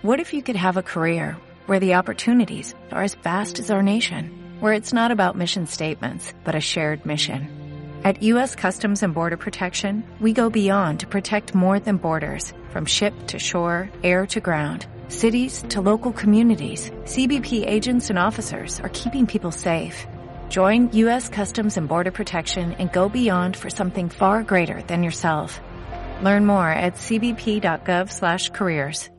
What if you could have a career where the opportunities are as vast as our nation, where it's not about mission statements, but a shared mission? At U.S. Customs and Border Protection, we go beyond to protect more than borders, from ship to shore, air to ground, cities to local communities. CBP agents and officers are keeping people safe. Join U.S. Customs and Border Protection and go beyond for something far greater than yourself. Learn more at cbp.gov/careers.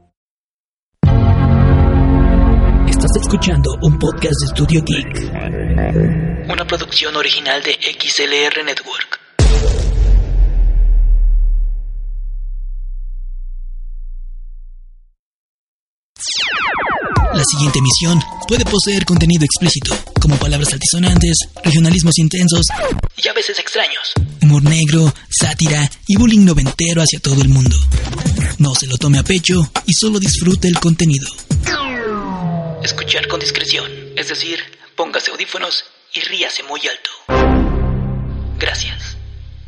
Estás escuchando un podcast de Estudio Geek, una producción original de XLR Network. La siguiente emisión puede poseer contenido explícito, como palabras altisonantes, regionalismos intensos y a veces extraños, humor negro, sátira y bullying noventero hacia todo el mundo. No se lo tome a pecho y solo disfrute el contenido. Escuchar con discreción, es decir, póngase audífonos y ríase muy alto. Gracias.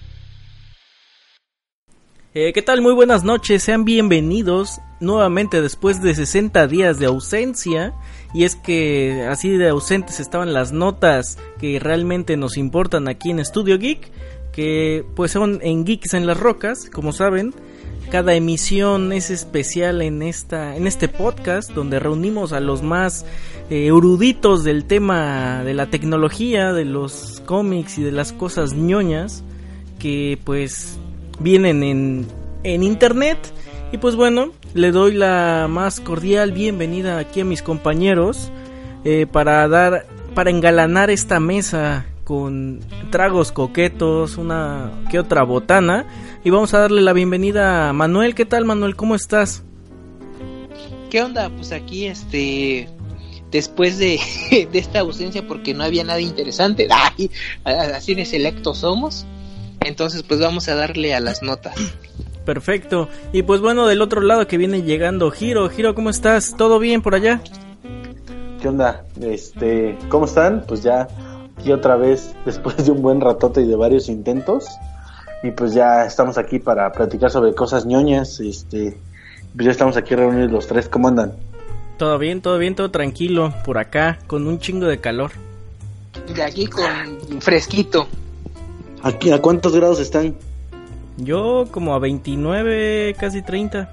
¿Qué tal? Muy buenas noches, sean bienvenidos nuevamente después de 60 días de ausencia. Y es que así de ausentes estaban las notas que realmente nos importan aquí en Estudio Geek, que pues son en Geeks en las Rocas, como saben. Cada emisión es especial en este podcast, donde reunimos a los más eruditos del tema de la tecnología, de los cómics y de las cosas ñoñas que pues vienen en internet. Y pues bueno, le doy la más cordial bienvenida aquí a mis compañeros para engalanar esta mesa con tragos coquetos, una que otra botana. Y vamos a darle la bienvenida a Manuel. ¿Qué tal, Manuel? ¿Cómo estás? ¿Qué onda? Pues aquí después de esta ausencia, porque no había nada interesante. Ay, así de selectos somos. Entonces pues vamos a darle a las notas. Perfecto. Y pues bueno, del otro lado que viene llegando Hiro. Hiro, ¿cómo estás? ¿Todo bien por allá? ¿Qué onda? ¿Cómo están? Pues ya aquí otra vez, después de un buen ratote y de varios intentos. Y pues ya estamos aquí para platicar sobre cosas ñoñas. Pues ya estamos aquí reunidos los tres. ¿Cómo andan? Todo bien, todo tranquilo por acá, con un chingo de calor. De aquí con fresquito. ¿Aquí a cuántos grados están? Yo como a 29, casi 30.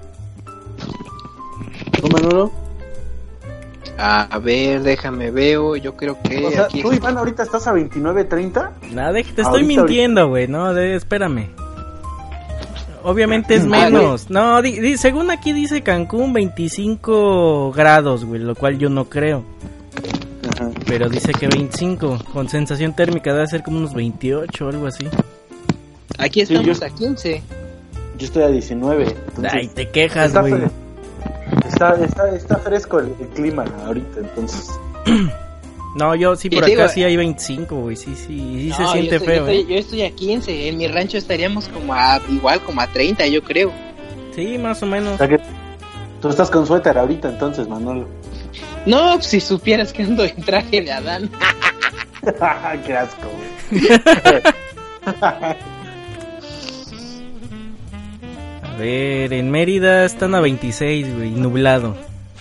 ¿Tú, Manolo? A ver, déjame veo, yo creo que... O sea, aquí... ¿tú, Iván, ahorita estás a 29, 30? Nada, te estoy mintiendo, güey, no, espérame. Obviamente es menos. No, según aquí dice Cancún, 25 grados, güey, lo cual yo no creo. Ajá. Pero dice que 25, con sensación térmica debe ser como unos 28 o algo así. Aquí estamos a 15. Yo estoy a 19. Ay, te quejas, güey. Está fresco el clima ahorita, entonces. No, yo sí por acá sí hay 25, güey, sí no, se siente feo. Yo estoy a 15, en mi rancho estaríamos como a 30, yo creo. Sí, más o menos. O sea que tú estás con suéter ahorita entonces, Manolo. No, si supieras que ando en traje de Adán. Qué asco, güey. A ver, en Mérida están a 26, güey, nublado.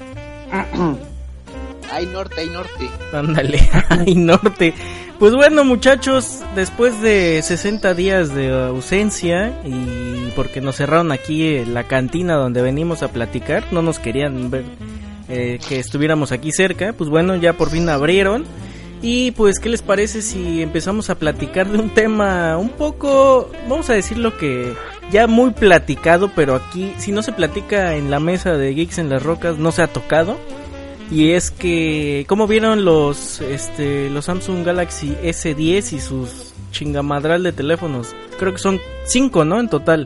Hay norte. Ándale, hay norte. Pues bueno, muchachos, después de 60 días de ausencia y porque nos cerraron aquí la cantina donde venimos a platicar, no nos querían ver que estuviéramos aquí cerca, pues bueno, ya por fin abrieron. Y pues, ¿qué les parece si empezamos a platicar de un tema un poco, vamos a decirlo que ya muy platicado, pero aquí, si no se platica en la mesa de Geeks en las Rocas, no se ha tocado? Y es que, ¿cómo vieron los Samsung Galaxy S10 y sus chingamadral de teléfonos? Creo que son 5, ¿no? En total.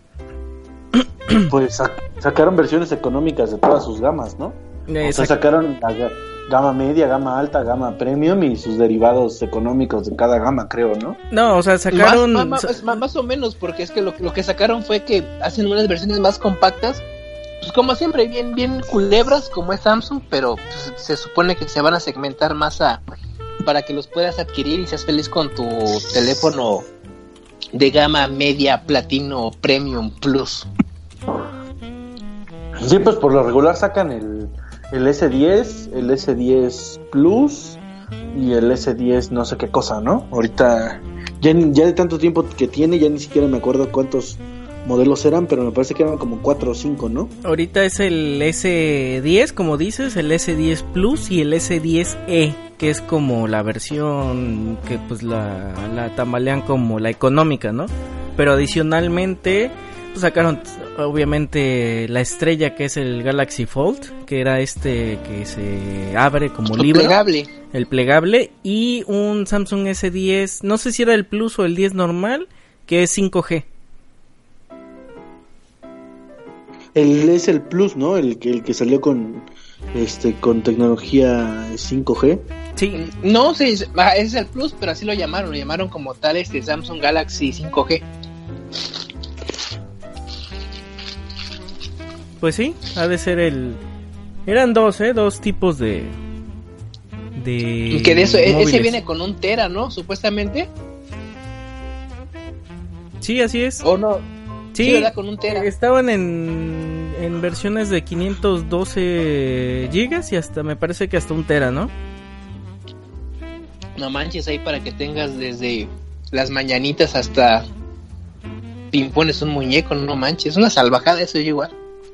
Pues sacaron versiones económicas de todas sus gamas, ¿no? O sea, sacaron la gama media, gama alta, gama premium y sus derivados económicos de cada gama, creo, ¿no? No, o sea, sacaron... Más o menos, porque es que lo que sacaron fue que hacen unas versiones más compactas, pues como siempre, bien culebras, como es Samsung, pero pues, se supone que se van a segmentar más para que los puedas adquirir y seas feliz con tu teléfono de gama media, platino, premium, plus. Sí, pues por lo regular sacan el S10, el S10 Plus y el S10 no sé qué cosa, ¿no? Ahorita, ya de tanto tiempo que tiene, ya ni siquiera me acuerdo cuántos modelos eran, pero me parece que eran como 4 o 5, ¿no? Ahorita es el S10, como dices, el S10 Plus y el S10e, que es como la versión que pues la tambalean como la económica, ¿no? Pero adicionalmente pues sacaron obviamente la estrella, que es el Galaxy Fold, que era que se abre como libro, el plegable, y un Samsung S10, no sé si era el Plus o el 10 normal, que es 5G. Es el Plus, ¿no? El que salió con tecnología 5G. Sí. No, sí, es el Plus, pero así lo llamaron como tal Samsung Galaxy 5G. Pues sí, ha de ser eran dos tipos de y que de eso, móviles. Ese viene con 1 tera, ¿no? Supuestamente. Sí, así es. ¿O no? Sí, ¿verdad? Con 1 tera. Estaban en versiones de 512 gigas y hasta, me parece que hasta 1 tera, ¿no? No manches, ahí para que tengas desde las mañanitas hasta pimpones un muñeco, no manches, una salvajada eso igual.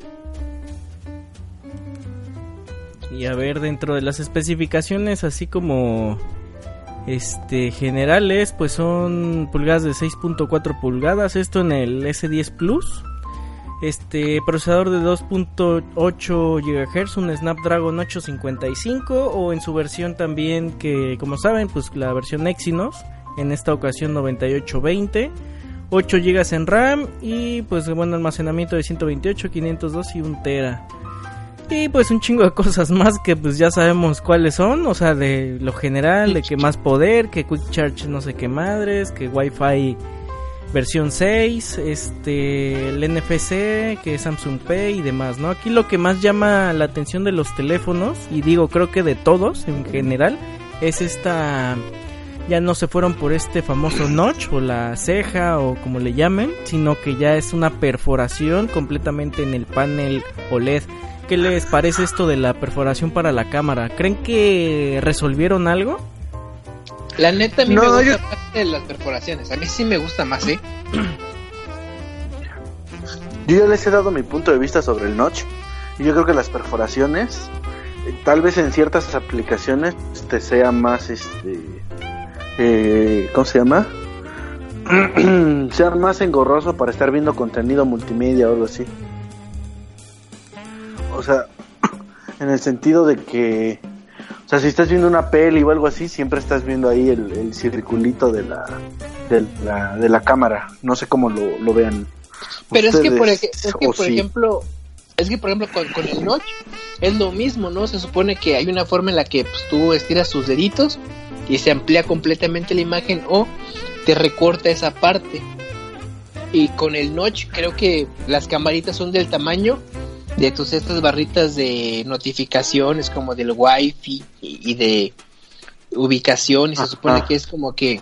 Y a ver, dentro de las especificaciones así como generales, pues son pulgadas de 6.4 pulgadas, esto en el S10 Plus. Procesador de 2.8 GHz, un Snapdragon 855, o en su versión también, que como saben, pues la versión Exynos, en esta ocasión 9820, 8 GB en RAM y pues buen almacenamiento de 128, 502 y 1 tera. Y pues un chingo de cosas más que pues ya sabemos cuáles son, o sea, de lo general, de que más poder, que Quick Charge no sé qué madres, que Wi-Fi versión 6, el NFC, que es Samsung Pay y demás, ¿no? Aquí lo que más llama la atención de los teléfonos, y digo creo que de todos en general, es ya no se fueron por este famoso notch o la ceja o como le llamen, sino que ya es una perforación completamente en el panel OLED. ¿Qué les parece esto de la perforación para la cámara? ¿Creen que resolvieron algo? La neta a mí me gusta más de las perforaciones. A mí sí me gusta más, Yo ya les he dado mi punto de vista sobre el notch. Y yo creo que las perforaciones, tal vez en ciertas aplicaciones, sea más, ¿cómo se llama? Sea más engorroso para estar viendo contenido multimedia o algo así. O sea, en el sentido de que, o sea, si estás viendo una peli o algo así, siempre estás viendo ahí el circulito de la cámara. No sé cómo lo vean. Pero es que por ejemplo, con el notch es lo mismo, ¿no? Se supone que hay una forma en la que pues, tú estiras tus deditos y se amplía completamente la imagen o te recorta esa parte. Y con el notch creo que las camaritas son del tamaño de estas barritas de notificaciones como del Wi-Fi y de ubicación, y se supone que es como que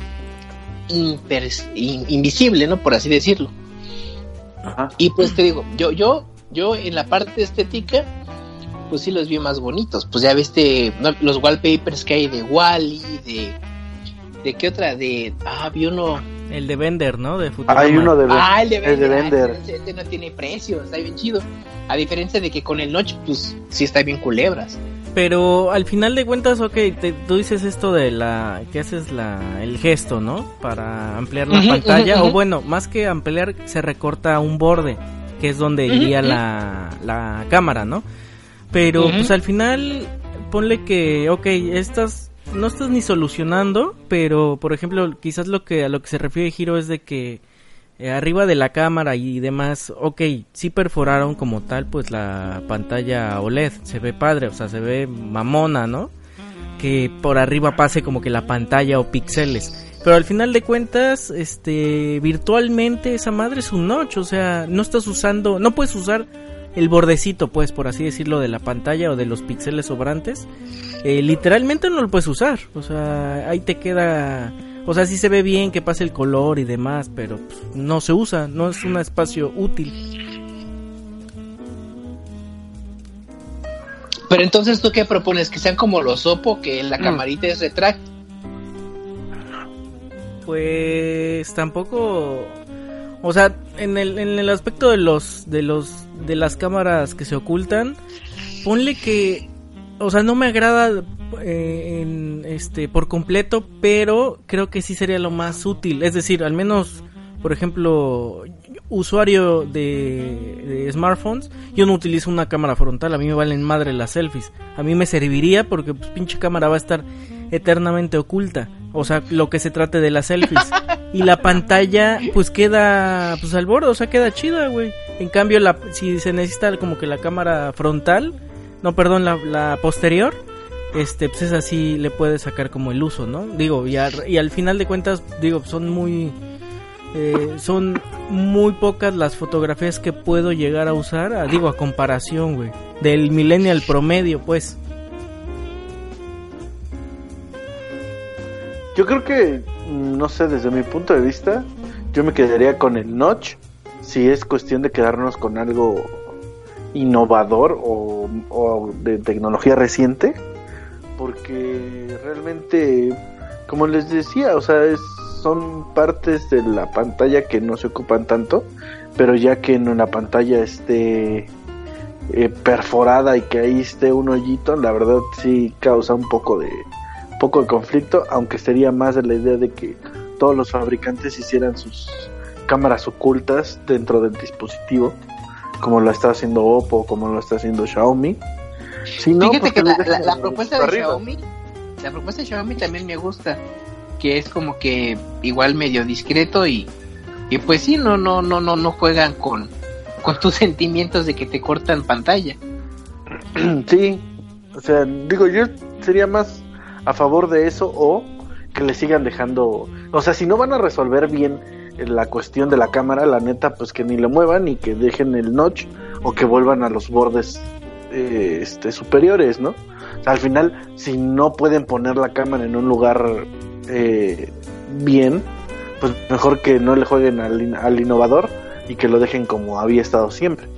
invisible, ¿no? Por así decirlo. Ajá. Y pues te digo, yo en la parte estética pues sí los vi más bonitos. Pues ya ves los wallpapers que hay de Wall-E, de qué otra, vi uno, el de Bender, ¿no? De Futurama. Hay uno de el de Bender. Este no tiene precio, está bien chido. A diferencia de que con el notch, pues sí está bien culebras. Pero al final de cuentas, tú dices esto de que haces el gesto, ¿no? Para ampliar la pantalla, o bueno, más que ampliar, se recorta un borde, que es donde iría la cámara, ¿no? Pero pues al final, ponle que, no estás ni solucionando, pero por ejemplo, quizás a lo que se refiere Hiro es de que arriba de la cámara y demás, sí perforaron como tal pues la pantalla OLED, se ve padre, o sea, se ve mamona, ¿no? Que por arriba pase como que la pantalla o píxeles, pero al final de cuentas, virtualmente esa madre es un notch, o sea, no puedes usar el bordecito, pues, por así decirlo, de la pantalla o de los píxeles sobrantes, literalmente no lo puedes usar, o sea, ahí te queda. O sea, sí se ve bien que pase el color y demás, pero pues, no se usa, no es un espacio útil. Pero entonces, ¿tú qué propones? ¿Que sean como los Oppo, que la camarita es retráctil? Pues tampoco, o sea, en el aspecto de las cámaras que se ocultan, ponle que, o sea, no me agrada por completo, pero creo que sí sería lo más útil. Es decir, al menos, por ejemplo, usuario de smartphones, yo no utilizo una cámara frontal, a mí me valen madre las selfies. A mí me serviría porque pues pinche cámara va a estar eternamente oculta, o sea, lo que se trate de las selfies. Y la pantalla pues queda pues al borde, o sea, queda chida, güey. En cambio, si se necesita como que la cámara frontal, no, perdón, la posterior, pues es así, le puede sacar como el uso, ¿no? Digo, y al final de cuentas, digo, son muy pocas las fotografías que puedo llegar a usar, a comparación, güey, del millennial promedio, pues. Yo creo que, no sé, desde mi punto de vista, yo me quedaría con el notch, si es cuestión de quedarnos con algo innovador o de tecnología reciente, porque realmente, como les decía, o sea, son partes de la pantalla que no se ocupan tanto, pero ya que en una pantalla esté perforada y que ahí esté un hoyito, la verdad sí causa un poco de conflicto, aunque sería más de la idea de que todos los fabricantes hicieran sus cámaras ocultas dentro del dispositivo, como lo está haciendo Oppo, como lo está haciendo Xiaomi. Si no, fíjate pues que la propuesta de Xiaomi, la propuesta de Xiaomi también me gusta, que es como que igual medio discreto y pues sí, no juegan con tus sentimientos de que te cortan pantalla. Sí, o sea, digo, yo sería más a favor de eso, o que le sigan dejando, o sea, si no van a resolver bien la cuestión de la cámara, la neta, pues que ni le muevan y que dejen el notch, o que vuelvan a los bordes superiores, ¿no? O sea, al final, si no pueden poner la cámara en un lugar bien, pues mejor que no le jueguen al innovador y que lo dejen como había estado siempre.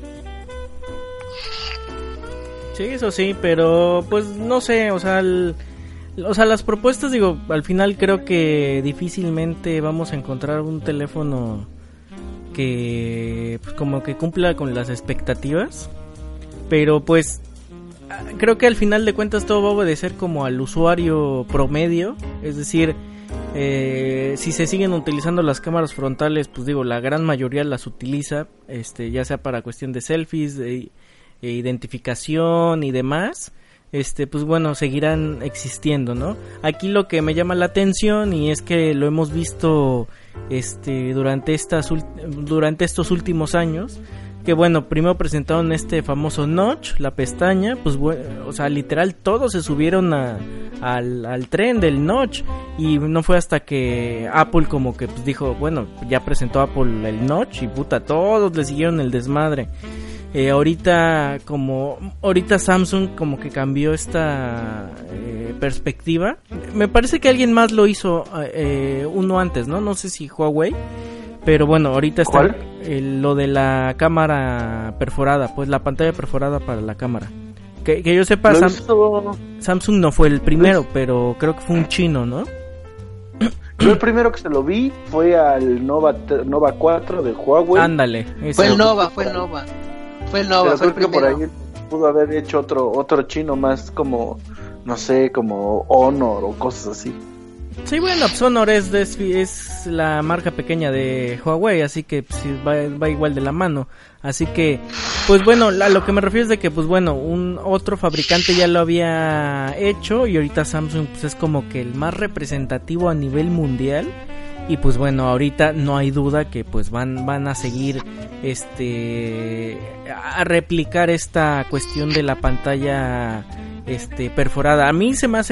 Sí, eso sí, pero pues no sé, o sea, las propuestas, digo, al final creo que difícilmente vamos a encontrar un teléfono que pues, como que cumpla con las expectativas, pero pues creo que al final de cuentas todo va a obedecer como al usuario promedio, es decir, si se siguen utilizando las cámaras frontales, pues digo, la gran mayoría las utiliza, ya sea para cuestión de selfies, de identificación y demás. Pues bueno, seguirán existiendo, ¿no? Aquí lo que me llama la atención, y es que lo hemos visto durante estos últimos años, que bueno, primero presentaron este famoso notch, la pestaña, pues bueno, o sea, literal todos se subieron al tren del notch, y no fue hasta que Apple como que pues dijo, bueno, ya presentó Apple el notch y puta, todos le siguieron el desmadre. Ahorita Samsung como que cambió esta perspectiva. Me parece que alguien más lo hizo uno antes, ¿no? No sé si Huawei, pero bueno, ahorita está lo de la cámara perforada, pues la pantalla perforada para la cámara. Que yo sepa, Samsung no fue el primero, pero creo que fue un chino, ¿no? Yo el primero que se lo vi fue al Nova 4 de Huawei. Ándale, fue el Nova. Fue el Nova, fue el primero. Por ahí pudo haber hecho otro chino más como, no sé, como Honor o cosas así. Sí, bueno, pues Honor es la marca pequeña de Huawei, así que pues, va igual de la mano. Así que, pues bueno, a lo que me refiero es de que, pues bueno, otro fabricante ya lo había hecho, y ahorita Samsung pues es como que el más representativo a nivel mundial. Y pues bueno, ahorita no hay duda que pues van a seguir a replicar esta cuestión de la pantalla perforada. A mí se me hace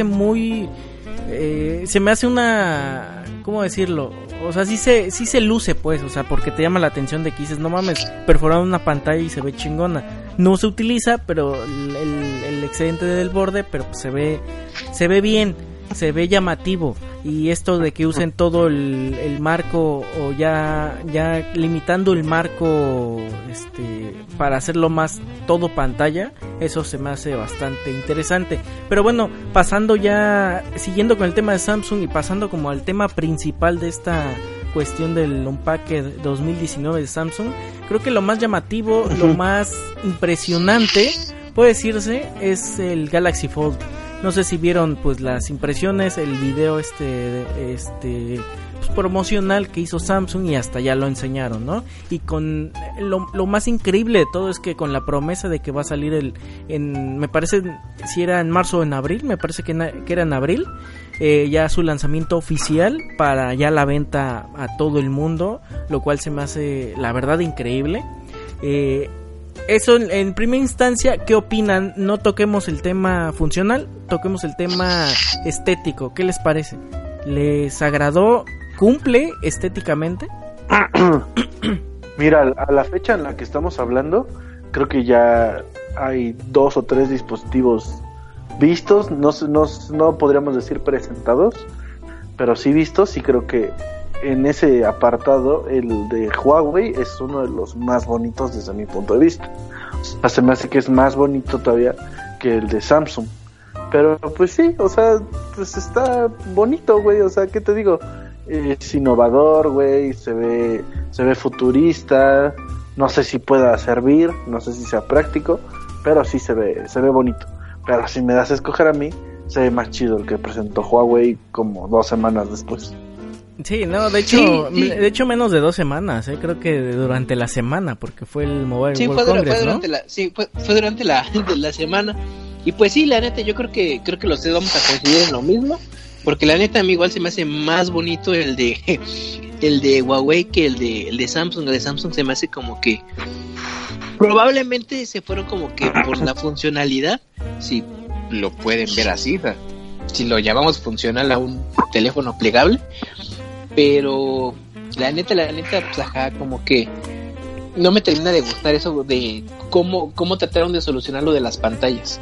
una, ¿cómo decirlo? O sea, sí se luce, pues, o sea, porque te llama la atención de que dices, no mames, perforado una pantalla y se ve chingona. No se utiliza, pero el excedente del borde, pero pues se ve bien, se ve llamativo. y esto de que usen todo el marco o ya limitando el marco para hacerlo más todo pantalla, eso se me hace bastante interesante. Pero bueno, siguiendo con el tema de Samsung y pasando como al tema principal de esta cuestión del Unpacked 2019 de Samsung, creo que lo más llamativo, lo más impresionante, puede decirse, es el Galaxy Fold. No sé si vieron pues las impresiones, el video pues, promocional que hizo Samsung, y hasta ya lo enseñaron, ¿no? Y con lo más increíble de todo es que con la promesa de que va a salir me parece, si era en marzo o en abril, me parece que era en abril, ya su lanzamiento oficial para ya la venta a todo el mundo, lo cual se me hace la verdad increíble. Eso en primera instancia, ¿qué opinan? No toquemos el tema funcional, toquemos el tema estético. ¿Qué les parece? ¿Les agradó? ¿Cumple estéticamente? Mira, a la fecha en la que estamos hablando, creo que ya hay 2 o 3 dispositivos vistos, no podríamos decir presentados, pero sí vistos, y creo que en ese apartado el de Huawei es uno de los más bonitos desde mi punto de vista. O sea, se me hace que es más bonito todavía que el de Samsung. Pero pues sí, o sea, pues está bonito, güey, o sea, ¿qué te digo? Es innovador, güey, se ve futurista, no sé si pueda servir, no sé si sea práctico, pero sí se ve bonito. Pero si me das a escoger a mí, se ve más chido el que presentó Huawei como 2 semanas después. Sí, no, de hecho menos de 2 semanas, creo que durante la semana, porque fue el Mobile World Congress, ¿no? Fue durante la semana. Y pues sí, la neta, yo creo que los dos vamos a coincidir en lo mismo, porque la neta a mí igual se me hace más bonito el de Huawei que el de Samsung. El de Samsung se me hace como que probablemente se fueron como que por la funcionalidad, si lo pueden ver así, o sea, si lo llamamos funcional a un teléfono plegable. Pero la neta, pues ajá, como que no me termina de gustar eso de cómo trataron de solucionar lo de las pantallas.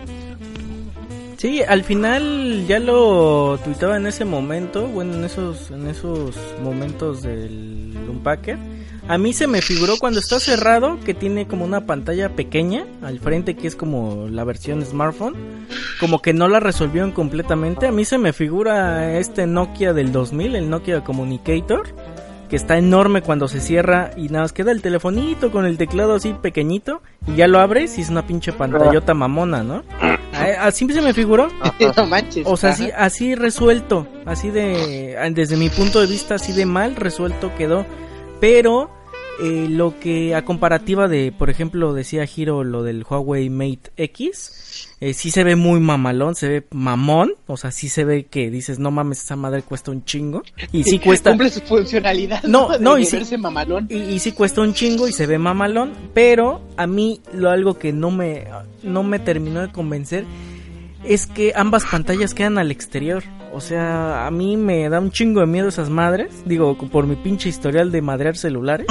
Sí, al final ya lo tuitaba en ese momento, bueno, en esos momentos del Unpacked. A mí se me figuró cuando está cerrado que tiene como una pantalla pequeña al frente, que es como la versión smartphone, como que no la resolvieron completamente. A mí se me figura Nokia del 2000, el Nokia Communicator, que está enorme cuando se cierra y nada más queda el telefonito con el teclado así pequeñito y ya lo abres y es una pinche pantallota mamona, ¿no? Así se me figuró. No manches. O sea, así resuelto, así desde mi punto de vista, así de mal resuelto quedó. Pero lo que a comparativa de, por ejemplo, decía Hiro, lo del Huawei Mate X, sí se ve muy mamalón, se ve mamón, o sea, sí se ve que dices, no mames, esa madre cuesta un chingo, y sí cuesta... Cumple su funcionalidad, y sí, mamalón. Y sí cuesta un chingo y se ve mamalón, pero a mí algo que no me terminó de convencer es que ambas pantallas quedan al exterior. O sea, a mí me da un chingo de miedo esas madres. Digo, por mi pinche historial de madrear celulares.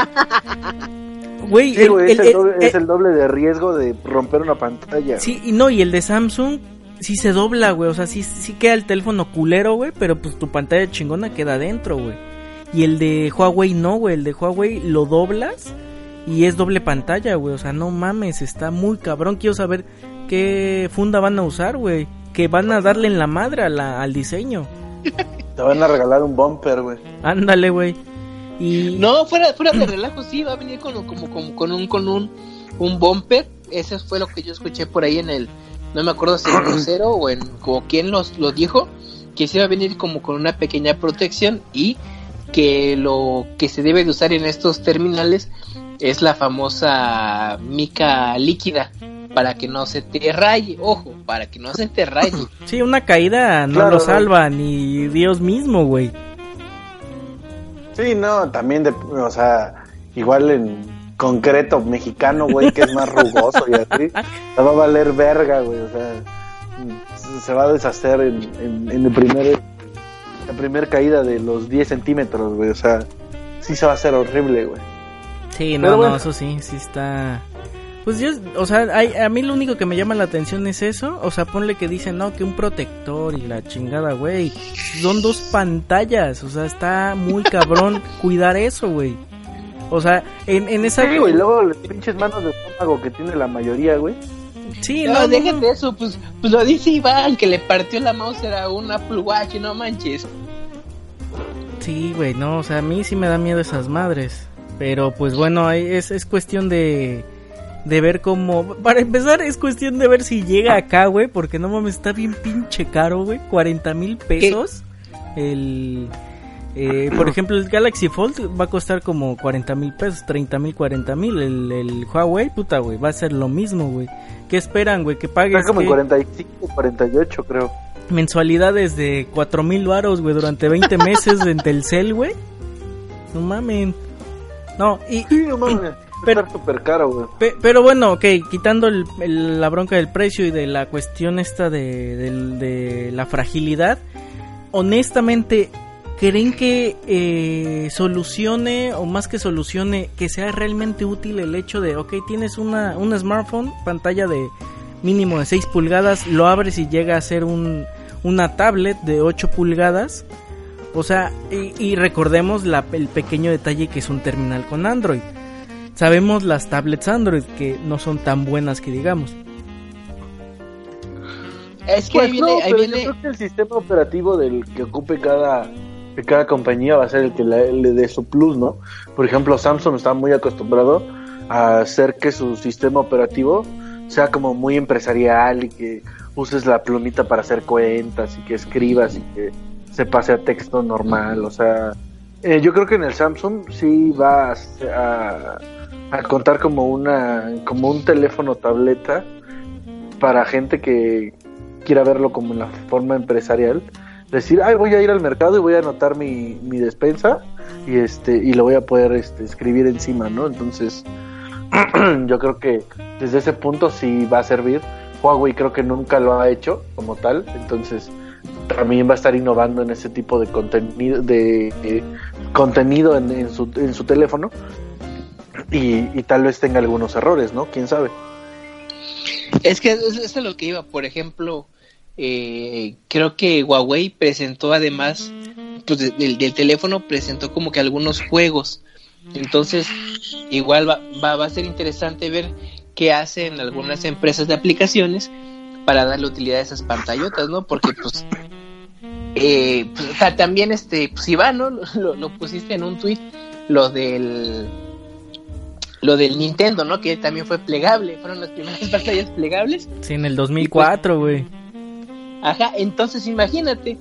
Güey, es el doble de riesgo de romper una pantalla. Sí, y el de Samsung sí se dobla, güey. O sea, sí queda el teléfono culero, güey, pero pues tu pantalla chingona queda adentro, güey. Y el de Huawei no, güey. El de Huawei lo doblas y es doble pantalla, güey. O sea, no mames, está muy cabrón. Quiero saber qué funda van a usar, güey. Que van a darle en la madre al diseño. Te van a regalar un bumper, güey. Ándale, güey. Y no, fuera de relajo, sí, va a venir con un bumper. Ese fue lo que yo escuché por ahí en el, no me acuerdo si en Vocero o quién lo dijo, que se iba a venir como con una pequeña protección, y que lo que se debe de usar en estos terminales es la famosa mica líquida, para que no se te raye, ojo, para que no se te raye. Sí, una caída no lo salva, ni Dios mismo, güey. Sí, no, también, o sea, igual en concreto mexicano, güey, que es más rugoso y así, se va a valer verga, güey, o sea, se va a deshacer en la primer caída de los 10 centímetros, güey, o sea, sí se va a hacer horrible, güey. Sí, no, eso sí está... Pues yo, o sea, a mí lo único que me llama la atención es eso. O sea, ponle que dicen, no, que un protector y la chingada, güey. Son 2 pantallas, o sea, está muy cabrón cuidar eso, güey. O sea, en esa... Sí, güey, luego las pinches manos de estómago que tiene la mayoría, güey. Sí, no, déjate eso, pues lo dice Iván, que le partió la mouse a un Apple Watch, no manches. Sí, güey, no, o sea, a mí sí me da miedo esas madres. Pero pues bueno, es cuestión de ver cómo... Para empezar, es cuestión de ver si llega acá, güey, porque no mames, está bien pinche caro, güey, 40,000 pesos. Por ejemplo, el Galaxy Fold va a costar como 40,000 pesos, 30,000, 40,000. El Huawei, puta, güey, va a ser lo mismo, güey. ¿Qué esperan, güey? Que pagues... Está como en 45, 48, creo. Mensualidades de 4,000 varos, güey, durante 20 meses en Telcel, güey. No mamen. No, sí, no mames. Pero súper caro, güey. Pero bueno, ok, quitando la bronca del precio y de la cuestión esta de la fragilidad, honestamente, ¿creen que solucione, o más que solucione, que sea realmente útil el hecho de, ok, tienes un smartphone, pantalla de mínimo de 6 pulgadas, lo abres y llega a ser una tablet de 8 pulgadas? O sea, y recordemos el pequeño detalle que es un terminal con Android. Sabemos las tablets Android que no son tan buenas que digamos. Es que pues ahí yo viene... creo que el sistema operativo del que ocupe cada compañía va a ser el que le dé su plus, ¿no? Por ejemplo, Samsung está muy acostumbrado a hacer que su sistema operativo sea como muy empresarial y que uses la plumita para hacer cuentas y que escribas y que se pase a texto normal. O sea, yo creo que en el Samsung sí va a contar como un teléfono tableta para gente que quiera verlo como en la forma empresarial. Decir, voy a ir al mercado y voy a anotar mi despensa y lo voy a poder escribir encima, ¿no? Entonces, yo creo que desde ese punto sí va a servir. Huawei creo que nunca lo ha hecho como tal, entonces también va a estar innovando en ese tipo de contenido en su teléfono y tal vez tenga algunos errores, ¿no? ¿Quién sabe? Es que eso es lo que iba, por ejemplo, creo que Huawei presentó además, pues del teléfono presentó como que algunos juegos, entonces igual va a ser interesante ver qué hacen algunas empresas de aplicaciones para darle utilidad a esas pantallotas, ¿no? Porque pues, o sea, también pues Iván, ¿no? Lo pusiste en un tweet, lo del Nintendo, ¿no? Que también fue plegable, fueron las primeras pantallas plegables. Sí, en el 2004, güey. Ajá, entonces imagínate,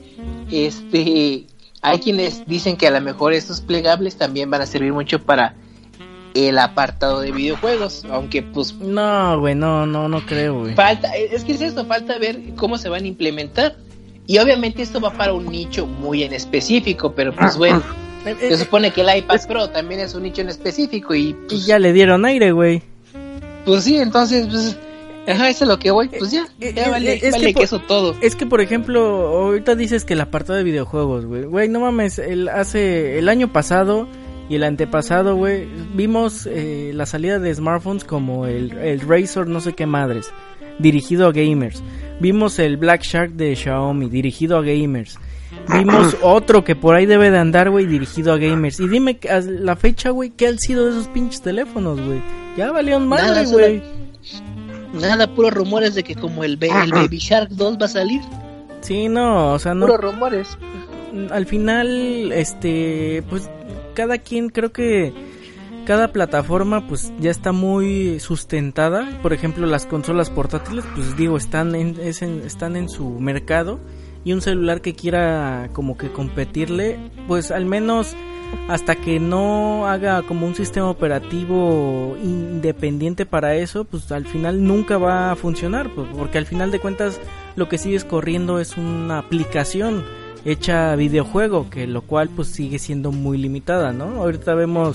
hay quienes dicen que a lo mejor estos plegables también van a servir mucho para el apartado de videojuegos, aunque pues... No, güey, no creo, güey. Falta ver cómo se van a implementar. Y obviamente esto va para un nicho muy en específico, pero pues bueno, se supone que el iPad Pro también es un nicho en específico y... Pues, y ya le dieron aire, güey. Pues sí, entonces, pues... Ajá, eso es lo que voy, pues ya vale que eso todo. Es que, por ejemplo, ahorita dices que el apartado de videojuegos, güey, no mames, el año pasado y el antepasado, güey, vimos la salida de smartphones como el Razr no sé qué madres, dirigido a gamers. Vimos el Black Shark de Xiaomi, dirigido a gamers. Vimos otro que por ahí debe de andar, güey, dirigido a gamers. Y dime, a la fecha, güey, ¿qué han sido de esos pinches teléfonos, güey? Ya valieron madre, güey. Nada, puros rumores de que como el Baby Shark 2 va a salir. Sí, no, o sea, no. Puros rumores. Al final, pues cada quien, creo que cada plataforma pues ya está muy sustentada. Por ejemplo, las consolas portátiles, pues digo, están en su mercado. Y un celular que quiera como que competirle, pues al menos hasta que no haga como un sistema operativo independiente para eso, pues al final nunca va a funcionar, porque al final de cuentas lo que sigues corriendo es una aplicación hecha videojuego, que lo cual pues sigue siendo muy limitada, ¿no? Ahorita vemos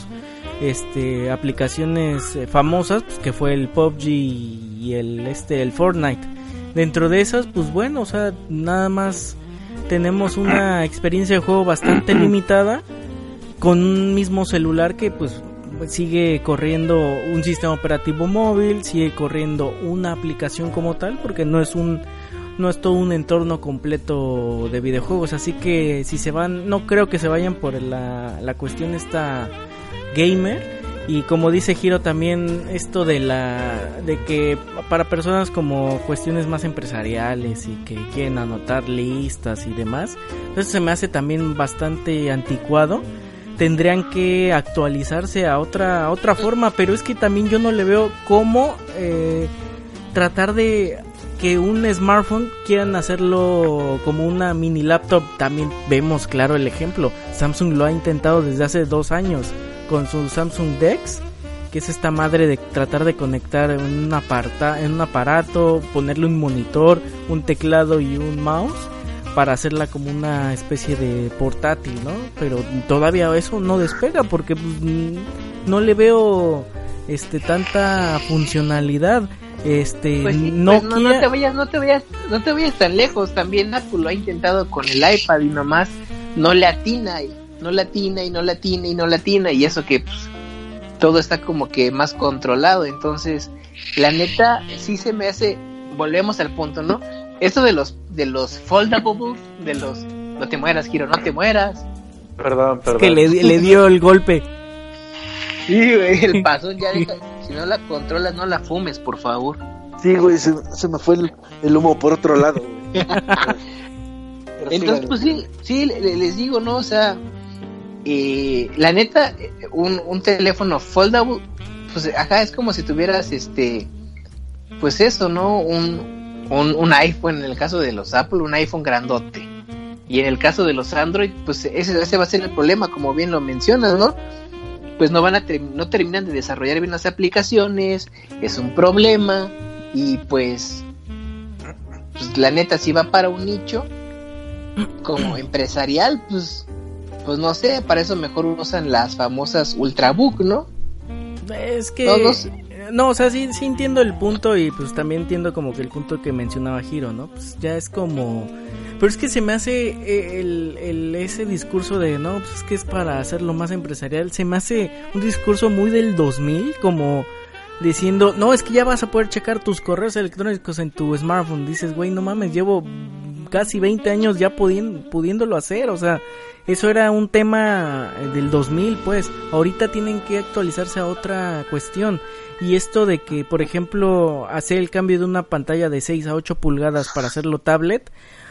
aplicaciones famosas, pues que fue el PUBG y el Fortnite. Dentro de esas, pues bueno, o sea, nada más tenemos una experiencia de juego bastante limitada con un mismo celular que pues sigue corriendo un sistema operativo móvil, sigue corriendo una aplicación como tal, porque no es todo un entorno completo de videojuegos, así que si se van, no creo que se vayan por la cuestión esta gamer. Y como dice Hiro también, esto de que para personas como cuestiones más empresariales y que quieren anotar listas y demás, entonces se me hace también bastante anticuado. Tendrían que actualizarse a otra forma, pero es que también yo no le veo cómo tratar de que un smartphone quieran hacerlo como una mini laptop. También vemos claro el ejemplo. Samsung lo ha intentado desde hace 2 años con su Samsung DeX, que es esta madre de tratar de conectar en un aparato, ponerle un monitor, un teclado y un mouse para hacerla como una especie de portátil, ¿no? Pero todavía eso no despega porque pues, no le veo tanta funcionalidad. Nokia... no te vayas tan lejos. También Apple lo ha intentado con el iPad y nomás no le atina y eso que pues, todo está como que más controlado. Entonces la neta sí se me hace, volvemos al punto, ¿no? Esto de los foldables, no te mueras, Hiro, no te mueras. Perdón. Es que le dio el golpe. Sí, güey, el pasón ya deja, si no la controlas no la fumes, por favor. Sí, güey, se me fue el humo por otro lado, güey. Entonces pues sí, les digo, ¿no? O sea, la neta, un teléfono foldable, pues ajá, es como si tuvieras pues eso, ¿no? Un iPhone, en el caso de los Apple, un iPhone grandote. Y en el caso de los Android, pues ese va a ser el problema, como bien lo mencionas, ¿no? Pues no terminan de desarrollar bien las aplicaciones, es un problema. Y pues la neta, si va para un nicho como empresarial, pues no sé, para eso mejor usan las famosas Ultrabook, ¿no? Es que no, o sea, sí entiendo el punto y pues también entiendo como que el punto que mencionaba Hiro, ¿no? Pues ya es como... Pero es que se me hace ese discurso de, no, pues es que es para hacerlo más empresarial, se me hace un discurso muy del 2000, como diciendo, no, es que ya vas a poder checar tus correos electrónicos en tu smartphone. Dices, güey, no mames, llevo casi 20 años ya pudiéndolo hacer, o sea... Eso era un tema del 2000, pues. Ahorita tienen que actualizarse a otra cuestión. Y esto de que, por ejemplo, hacer el cambio de una pantalla de 6 a 8 pulgadas para hacerlo tablet,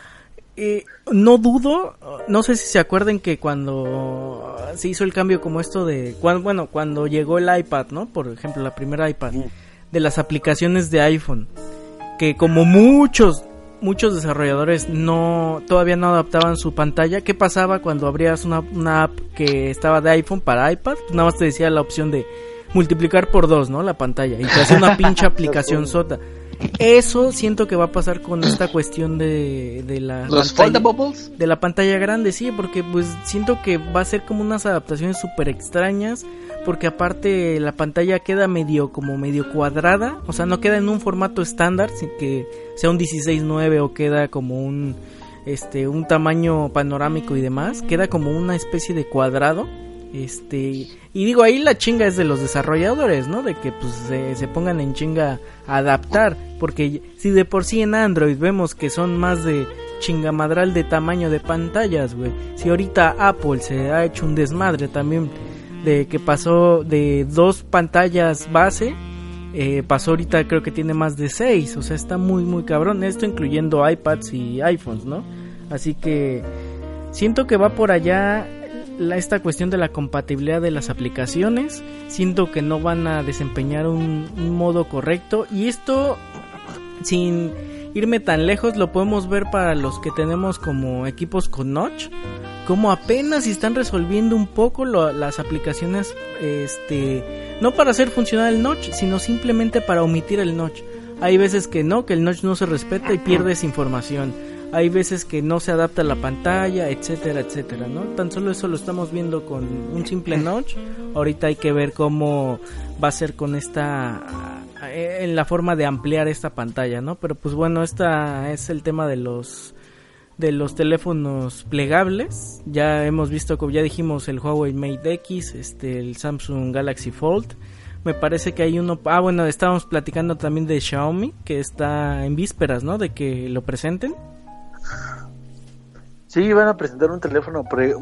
no dudo, no sé si se acuerdan que cuando se hizo el cambio como esto de... Cuando llegó el iPad, ¿no? Por ejemplo, la primera iPad, de las aplicaciones de iPhone, que como muchos desarrolladores todavía no adaptaban su pantalla. ¿Qué pasaba cuando abrías una app que estaba de iPhone para iPad? Pues nada más te decía la opción de multiplicar por 2, ¿no? La pantalla, y te hace una pinche aplicación sota. Eso siento que va a pasar con esta cuestión de la los foldables, de la pantalla grande, sí, porque pues siento que va a ser como unas adaptaciones súper extrañas, porque aparte la pantalla queda medio cuadrada, o sea, no queda en un formato estándar, sin que sea un 16:9 o queda como un tamaño panorámico y demás, queda como una especie de cuadrado. Y digo, ahí la chinga es de los desarrolladores, ¿no? De que pues se pongan en chinga a adaptar, porque si de por sí en Android vemos que son más de chingamadral de tamaño de pantallas, güey. Si ahorita Apple se ha hecho un desmadre también de que pasó de 2 pantallas base, pasó ahorita creo que tiene más de 6, o sea, está muy muy cabrón, esto incluyendo iPads y iPhones, ¿no? Así que siento que va por allá esta cuestión de la compatibilidad de las aplicaciones. Siento que no van a desempeñar un modo correcto, y esto, sin irme tan lejos, lo podemos ver para los que tenemos como equipos con notch, como apenas están resolviendo un poco las aplicaciones, no para hacer funcionar el notch, sino simplemente para omitir el notch. Hay veces que el notch no se respeta y pierdes información. Hay veces que no se adapta a la pantalla, etcétera, etcétera, ¿no? Tan solo eso lo estamos viendo con un simple notch. Ahorita hay que ver cómo va a ser con en la forma de ampliar esta pantalla, ¿no? Pero pues bueno, esta es el tema de los de los teléfonos plegables. Ya hemos visto, como ya dijimos, el Huawei Mate X, el Samsung Galaxy Fold. Me parece que hay uno... bueno, estábamos platicando también de Xiaomi, que está en vísperas, ¿no? De que lo presenten. Sí, van a presentar un teléfono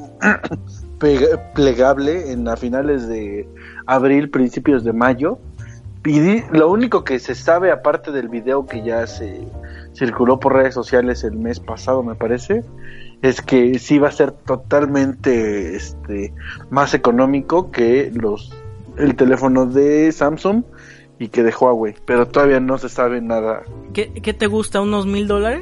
plegable a finales de abril, principios de mayo. Y lo único que se sabe, aparte del video que ya se circuló por redes sociales el mes pasado, me parece, es que sí va a ser totalmente más económico que el teléfono de Samsung y que de Huawei, pero todavía no se sabe nada. ¿Qué te gusta? ¿Unos $1,000?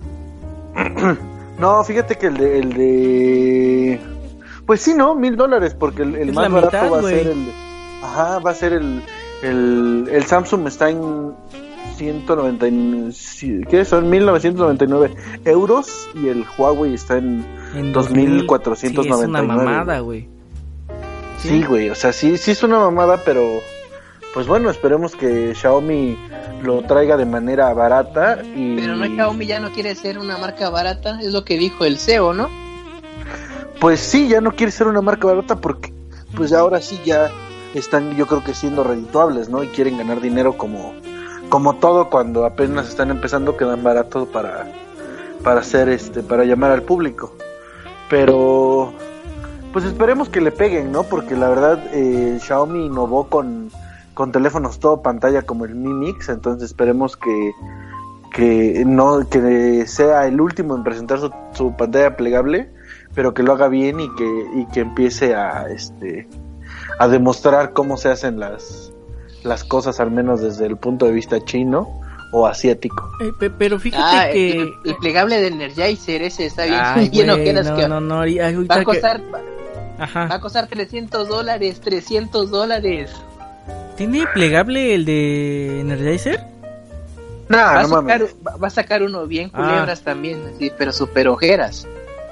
No, fíjate que el de pues sí, no, $1,000, porque el más barato mitad, va a ser el Samsung está en 199, ¿qué son? 1,999 euros, y el Huawei está en 2,499. Sí, es una mamada, güey. Sí, güey, o sea, sí es una mamada, pero pues bueno, esperemos que Xiaomi lo traiga de manera barata. Pero no, Xiaomi ya no quiere ser una marca barata, es lo que dijo el CEO, ¿no? Pues sí, ya no quiere ser una marca barata porque pues ahora sí ya están, yo creo que siendo redituables, ¿no? Y quieren ganar dinero como todo, cuando apenas están empezando quedan baratos para hacer para llamar al público. Pero pues esperemos que le peguen, ¿no? Porque la verdad Xiaomi innovó con teléfonos todo pantalla como el Mi Mix, entonces esperemos que sea el último en presentar su pantalla plegable, pero que lo haga bien y que empiece a demostrar cómo se hacen las cosas, al menos desde el punto de vista chino o asiático. Pero fíjate que el plegable de Energizer ese está bien lleno, que va a costar va a costar $300. ¿Tiene plegable el de Energizer? No mames. Va a sacar uno bien culebras también, sí, pero super ojeras.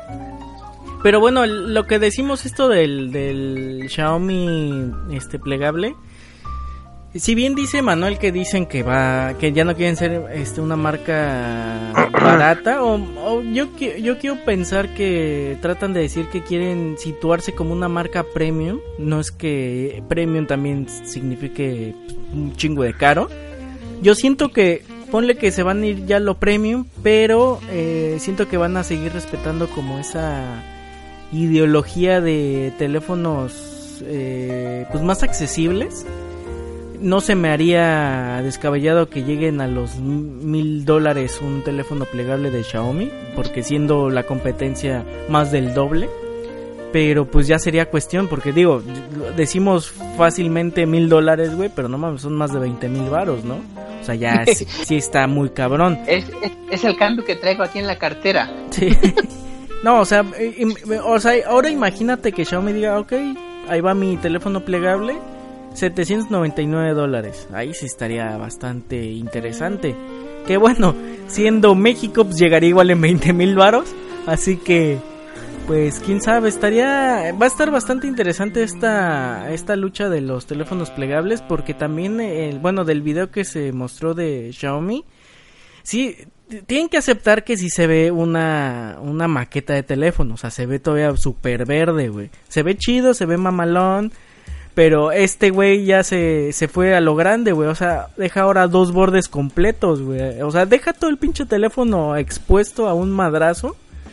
Pero bueno, lo que decimos esto del Xiaomi plegable, si bien dice Manuel que dicen que ya no quieren ser una marca barata, o yo quiero pensar que tratan de decir que quieren situarse como una marca premium. No es que premium también signifique un chingo de caro. Yo siento que ponle que se van a ir ya a lo premium, pero siento que van a seguir respetando como esa ideología de teléfonos pues más accesibles. No se me haría descabellado que lleguen a los $1,000 un teléfono plegable de Xiaomi, porque siendo la competencia más del doble. Pero pues ya sería cuestión, porque digo, decimos fácilmente $1,000, güey, pero no mames, son más de 20,000 varos, ¿no? O sea, ya sí está muy cabrón. Es el cambio que traigo aquí en la cartera. Sí. No, o sea, ahora imagínate que Xiaomi diga, ok, ahí va mi teléfono plegable, $799. Ahí sí estaría bastante interesante. Que bueno, siendo México, pues llegaría igual en 20,000 varos. Así que, pues quién sabe, va a estar bastante interesante esta lucha de los teléfonos plegables, porque también del video que se mostró de Xiaomi, sí, tienen que aceptar que sí se ve una maqueta de teléfono. O sea, se ve todavía súper verde, güey. Se ve chido, se ve mamalón, pero güey ya se fue a lo grande, güey. O sea, deja ahora 2 bordes completos, güey. O sea, deja todo el pinche teléfono expuesto a un madrazo.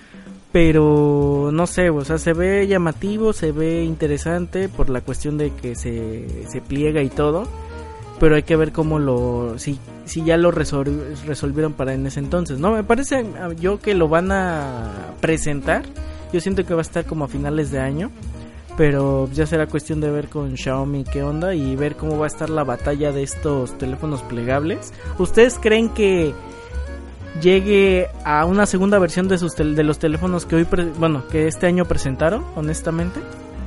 Pero no sé, o sea, se ve llamativo, se ve interesante por la cuestión de que se pliega y todo. Pero hay que ver cómo si ya lo resolvieron para en ese entonces, ¿no? Me parece yo que lo van a presentar. Yo siento que va a estar como a finales de año. Pero ya será cuestión de ver con Xiaomi qué onda y ver cómo va a estar la batalla de estos teléfonos plegables. ¿Ustedes creen que llegue a una segunda versión de los teléfonos que que este año presentaron, honestamente?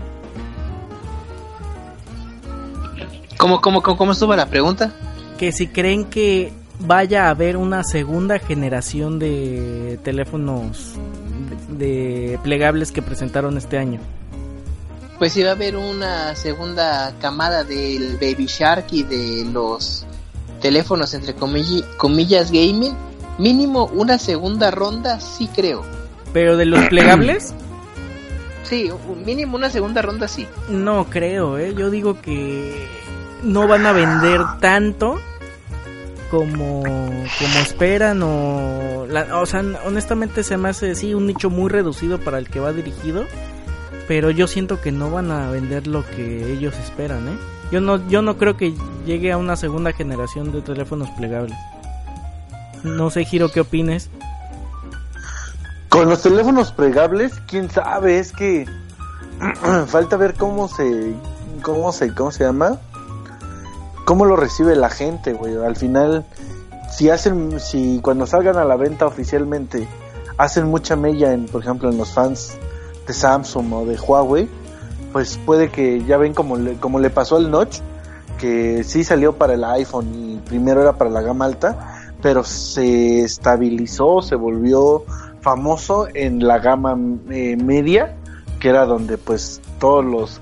¿Cómo estuvo la pregunta? Que si creen que vaya a haber una segunda generación de teléfonos de plegables que presentaron este año. Pues sí, va a haber una segunda camada del Baby Shark y de los teléfonos entre comillas gaming. Mínimo una segunda ronda, sí creo. Pero de los plegables, Sí, un mínimo una segunda ronda sí. no creo, yo digo que no van a vender tanto como esperan o sea, honestamente se me hace sí un nicho muy reducido para el que va dirigido, pero yo siento que no van a vender lo que ellos esperan, Yo no creo que llegue a una segunda generación de teléfonos plegables. No sé, Hiro, ¿qué opines? Con los teléfonos plegables, quién sabe, es que falta ver cómo se llama, cómo lo recibe la gente, güey. Al final, si cuando salgan a la venta oficialmente hacen mucha mella por ejemplo, en los fans de Samsung o de Huawei, pues puede que ya ven como le pasó al Notch, que sí salió para el iPhone y primero era para la gama alta, pero se estabilizó, se volvió famoso en la gama media, que era donde pues todos los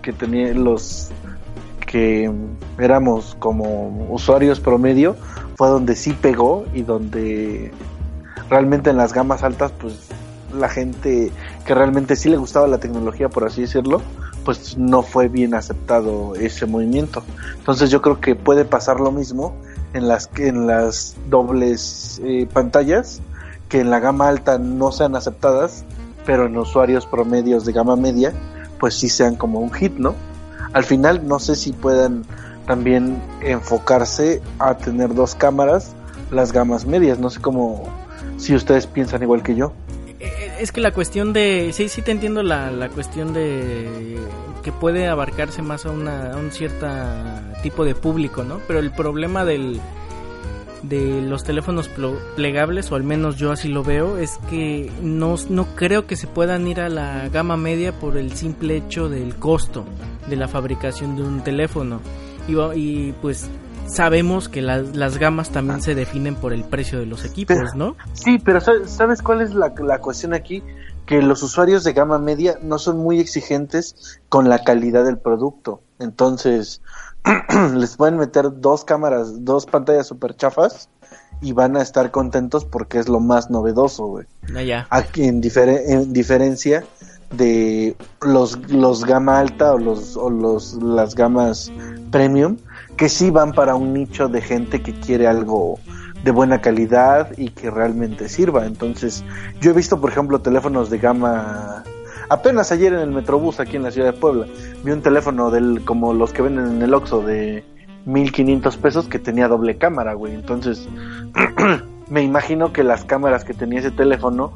que éramos como usuarios promedio, fue donde sí pegó, y donde realmente en las gamas altas pues la gente que realmente sí le gustaba la tecnología, por así decirlo, pues no fue bien aceptado ese movimiento. Entonces yo creo que puede pasar lo mismo en las dobles pantallas, que en la gama alta no sean aceptadas, pero en usuarios promedios de gama media pues sí sean como un hit, ¿no? Al final no sé si puedan también enfocarse a tener 2 cámaras las gamas medias, no sé cómo, si ustedes piensan igual que yo. Es que la cuestión de... Sí te entiendo la cuestión de que puede abarcarse más a un cierto tipo de público, ¿no? Pero el problema de los teléfonos plegables, o al menos yo así lo veo, es que no creo que se puedan ir a la gama media por el simple hecho del costo de la fabricación de un teléfono. Y pues sabemos que las gamas también se definen por el precio de los equipos, ¿no? Sí, pero ¿sabes cuál es la cuestión aquí? Que los usuarios de gama media no son muy exigentes con la calidad del producto. Entonces, les pueden meter 2 cámaras, 2 pantallas super chafas, y van a estar contentos porque es lo más novedoso, güey. Ya. Aquí, en diferencia de los gama alta o las gamas premium, que sí van para un nicho de gente que quiere algo de buena calidad y que realmente sirva. Entonces, yo he visto, por ejemplo, teléfonos de gama... Apenas ayer en el Metrobús aquí en la ciudad de Puebla, vi un teléfono como los que venden en el Oxxo de 1,500 pesos que tenía doble cámara, güey. Entonces, me imagino que las cámaras que tenía ese teléfono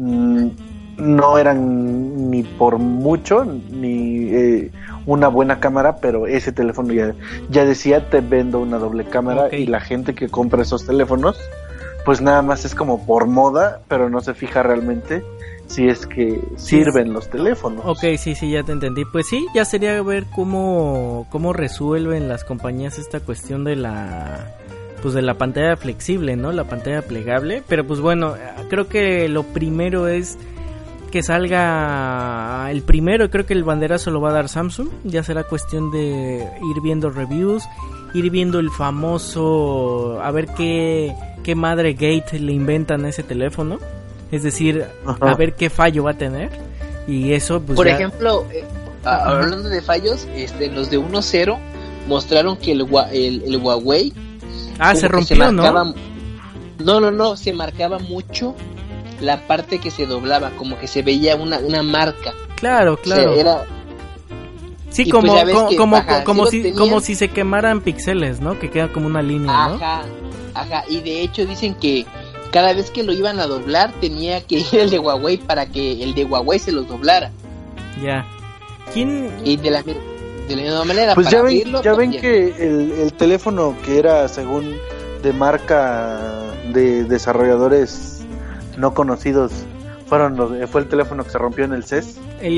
no eran ni por mucho ni una buena cámara, pero ese teléfono ya decía, te vendo una doble cámara. Okay. Y la gente que compra esos teléfonos pues nada más es como por moda, pero no se fija realmente si es que sirven los teléfonos. Ok, sí, ya te entendí. Pues sí, ya sería ver cómo resuelven las compañías esta cuestión de la pantalla flexible, ¿no? La pantalla plegable. Pero pues bueno, creo que lo primero es que salga el primero. Creo que el banderazo lo va a dar Samsung. Ya será cuestión de ir viendo reviews, ir viendo el famoso, a ver qué madre gate le inventan a ese teléfono. Es decir, a ver qué fallo va a tener. Y eso pues por ejemplo, hablando de fallos, los de 1.0 mostraron que el Huawei se rompió, ¿no? No, se marcaba mucho la parte que se doblaba, como que se veía una marca. Claro. O sea, era... Sí, como si se quemaran píxeles, ¿no? Que queda como una línea, ¿no? Ajá, y de hecho dicen que cada vez que lo iban a doblar tenía que ir el de Huawei para que el de Huawei se los doblara. Ya. Y de la misma manera, pues ya ven que el teléfono que era según de marca de desarrolladores no conocidos fue el teléfono que se rompió en el CES.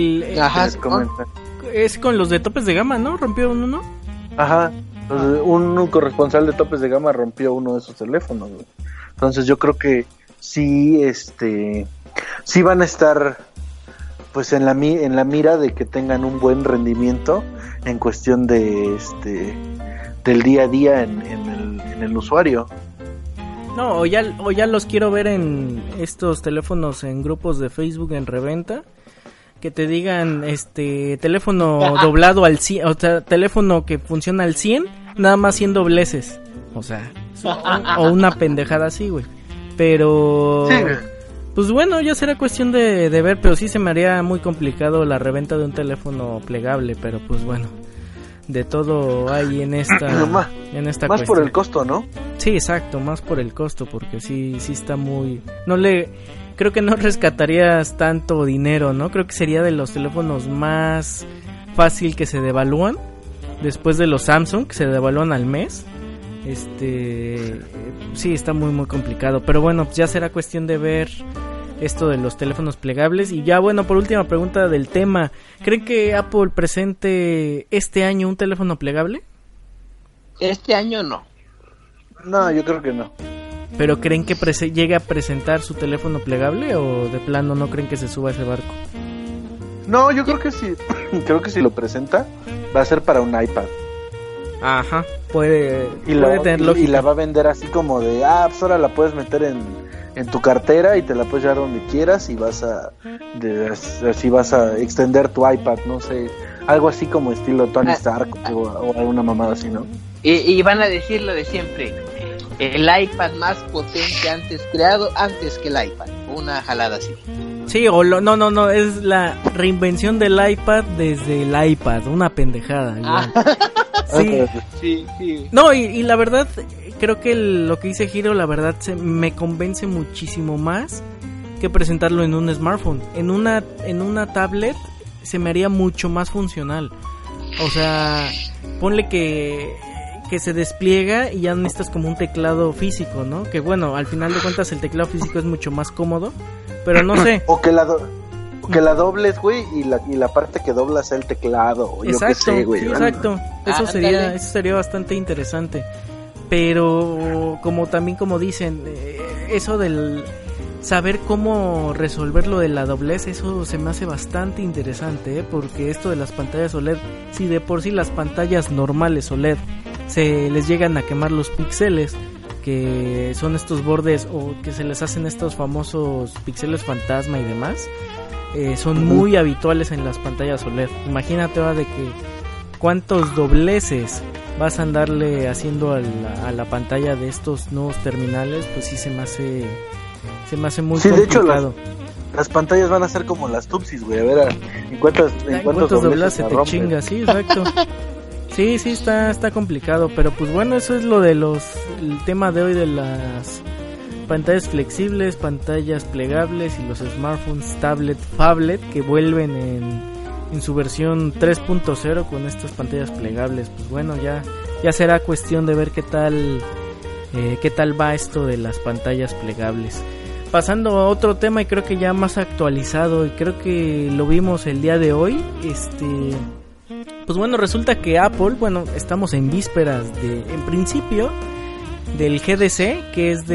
Es con los de topes de gama, ¿no? ¿Rompió uno? Ajá. Un corresponsal de topes de gama rompió uno de esos teléfonos, güey. Entonces yo creo que sí van a estar pues en la mira de que tengan un buen rendimiento en cuestión de del día a día en el usuario. No, o ya los quiero ver en estos teléfonos en grupos de Facebook en reventa, que te digan teléfono doblado al 100, o sea, teléfono que funciona al 100, nada más 100 dobleces. O sea, o una pendejada así, güey. Pero sí, pues bueno, ya será cuestión de ver, pero sí se me haría muy complicado la reventa de un teléfono plegable, pero pues bueno, de todo hay en esta más cuestión. Por el costo, ¿no? Sí, exacto, más por el costo, porque sí está muy... creo que no rescatarías tanto dinero, ¿no? Creo que sería de los teléfonos más fácil que se devalúan, después de los Samsung, que se devalúan al mes. Sí, está muy muy complicado, pero bueno, ya será cuestión de ver esto de los teléfonos plegables. Y ya bueno, por última pregunta del tema, ¿creen que Apple presente este año un teléfono plegable? Este año no. No, yo creo que no. ¿Pero creen que llegue a presentar su teléfono plegable o de plano no creen que se suba a ese barco? No, yo creo que sí. Creo que si lo presenta va a ser para un iPad. Ajá, puede tener lógica. Y la va a vender así como de, pues ahora la puedes meter en tu cartera y te la puedes llevar donde quieras y vas a extender tu iPad, no sé, algo así como estilo Tony Stark o alguna mamada así, ¿no? Y van a decir lo de siempre, el iPad más potente antes creado antes que el iPad, una jalada así. Sí, no, es la reinvención del iPad desde el iPad, una pendejada. Sí. No, y la verdad, creo que lo que dice Hiro, la verdad, me convence muchísimo más que presentarlo en un smartphone. En una tablet se me haría mucho más funcional. O sea, ponle que se despliega y ya necesitas como un teclado físico, ¿no? Que bueno, al final de cuentas el teclado físico es mucho más cómodo, pero no sé. O que la dobles, güey, y la parte que doblas el teclado, o yo qué sé, güey. Sí, exacto. Eso sería bastante interesante. Pero como dicen, eso del saber cómo resolver lo de la doblez, eso se me hace bastante interesante, porque esto de las pantallas OLED, si de por sí las pantallas normales OLED se les llegan a quemar los píxeles, que son estos bordes o que se les hacen estos famosos píxeles fantasma y demás, son muy habituales en las pantallas OLED. Imagínate ahora de que cuántos dobleces vas a andarle haciendo a la pantalla de estos nuevos terminales, pues sí se me hace muy complicado. De hecho, las pantallas van a ser como las Tupsis, güey, a ver en cuántos dobleces se te chinga, sí, exacto. Sí, está complicado, pero pues bueno, eso es lo de el tema de hoy de las pantallas flexibles, pantallas plegables y los smartphones, phablet que vuelven en su versión 3.0 con estas pantallas plegables. Pues bueno, ya será cuestión de ver qué tal va esto de las pantallas plegables. Pasando a otro tema, y creo que ya más actualizado, y creo que lo vimos el día de hoy, pues bueno, resulta que Apple, estamos en vísperas en principio, del GDC, que es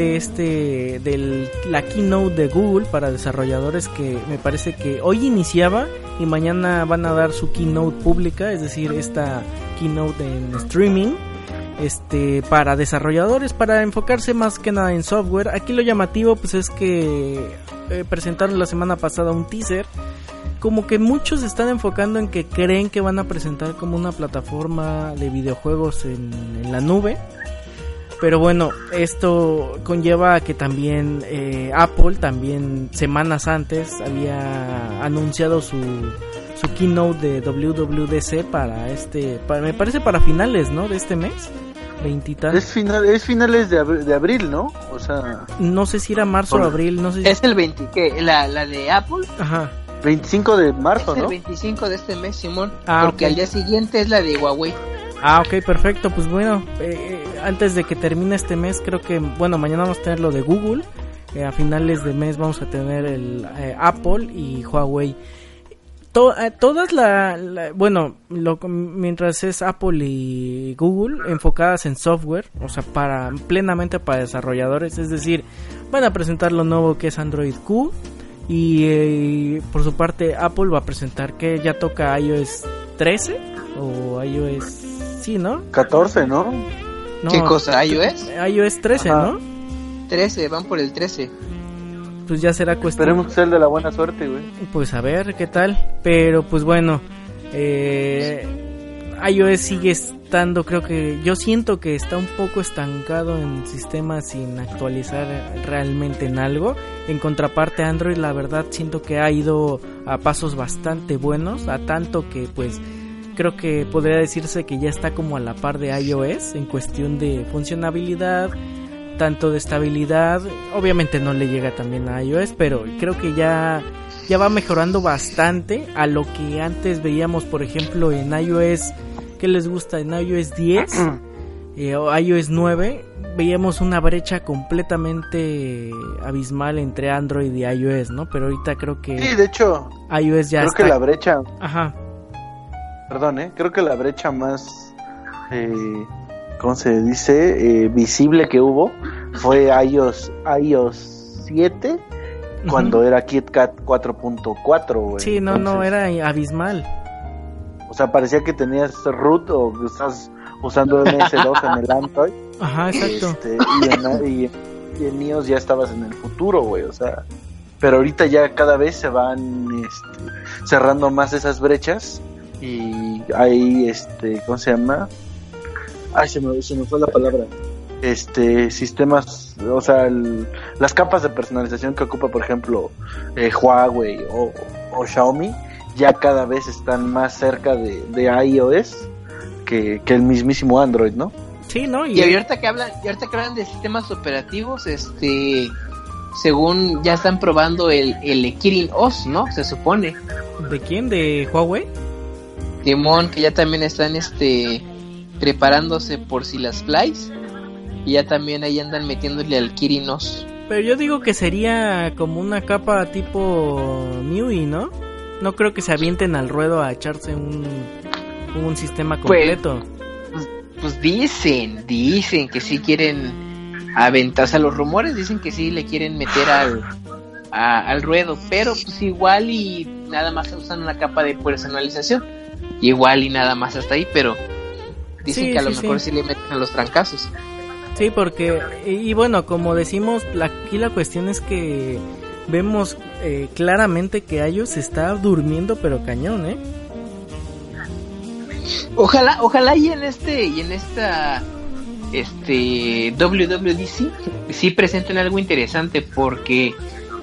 de la keynote de Google para desarrolladores, que me parece que hoy iniciaba y mañana van a dar su keynote pública, es decir, esta keynote en streaming, para desarrolladores, para enfocarse más que nada en software. Aquí lo llamativo pues es que presentaron la semana pasada un teaser, como que muchos se están enfocando en que creen que van a presentar como una plataforma de videojuegos en la nube. Pero bueno, esto conlleva a que también Apple, también semanas antes, había anunciado su keynote de WWDC me parece para finales, ¿no? De este mes, 20 y tal. Es finales de abril, ¿no? O sea, no sé si era marzo o abril, no sé. Es el 20, ¿qué? La de Apple. Ajá. 25 de marzo, ¿no? Es el 25 de este mes, Simón. Porque al día siguiente es la de Huawei. Ok, perfecto. Pues bueno, antes de que termine este mes, creo que, mañana vamos a tener lo de Google. A finales de mes vamos a tener el Apple y Huawei. Todas mientras es Apple y Google enfocadas en software, o sea, plenamente para desarrolladores, es decir, van a presentar lo nuevo que es Android Q, y por su parte Apple va a presentar que ya toca iOS 13 o iOS, sí, ¿no? 14, ¿no? ¿Qué cosa? ¿iOS? iOS 13, ajá, ¿no? 13, van por el 13. Pues ya será cuestión. Esperemos que sea el de la buena suerte, güey. Pues a ver qué tal. Pero pues bueno, iOS sigue estando, creo que yo siento que está un poco estancado en sistemas sin actualizar realmente en algo. En contraparte, Android, la verdad siento que ha ido a pasos bastante buenos, a tanto que pues creo que podría decirse que ya está como a la par de iOS en cuestión de funcionabilidad, tanto de estabilidad. Obviamente no le llega también a iOS, pero creo que ya va mejorando bastante a lo que antes veíamos, por ejemplo, en iOS. ¿Qué les gusta? En iOS 10 o iOS 9 veíamos una brecha completamente abismal entre Android y iOS, ¿no? Pero ahorita creo que sí, de hecho, iOS ya creo está... que la brecha... Ajá. Perdón, creo que la brecha más... ¿cómo se dice? Visible que hubo fue iOS 7 cuando era KitKat 4.4, güey. Sí, no, era abismal. O sea, parecía que tenías root o que estás usando MS2 en el Android. Ajá, exacto. Y en iOS ya estabas en el futuro, güey, o sea... Pero ahorita ya cada vez se van cerrando más esas brechas y hay, ¿cómo se llama? Ay, se me fue la palabra. Sistemas, o sea, las capas de personalización que ocupa, por ejemplo, Huawei o Xiaomi, ya cada vez están más cerca de iOS que el mismísimo Android, ¿no? Sí, ¿no? Y ahorita que hablan de sistemas operativos, según ya están probando el Kirin OS, ¿no? Se supone. ¿De quién? ¿De Huawei? Timón, que ya también están preparándose por si las flies. Y ya también ahí andan metiéndole al Kirin OS. Pero yo digo que sería como una capa tipo MIUI, ¿no? No creo que se avienten al ruedo a echarse un sistema completo. Pues dicen que sí quieren aventar, o sea, los rumores dicen que sí le quieren meter al ruedo, pero pues igual y nada más usan una capa de personalización, igual y nada más hasta ahí, pero dicen que a lo mejor sí le meten a los trancazos. Sí, porque, y bueno, como decimos, aquí la cuestión es que vemos claramente que iOS se está durmiendo, pero cañón, ¿eh? Ojalá y en esta WWDC sí presenten algo interesante, porque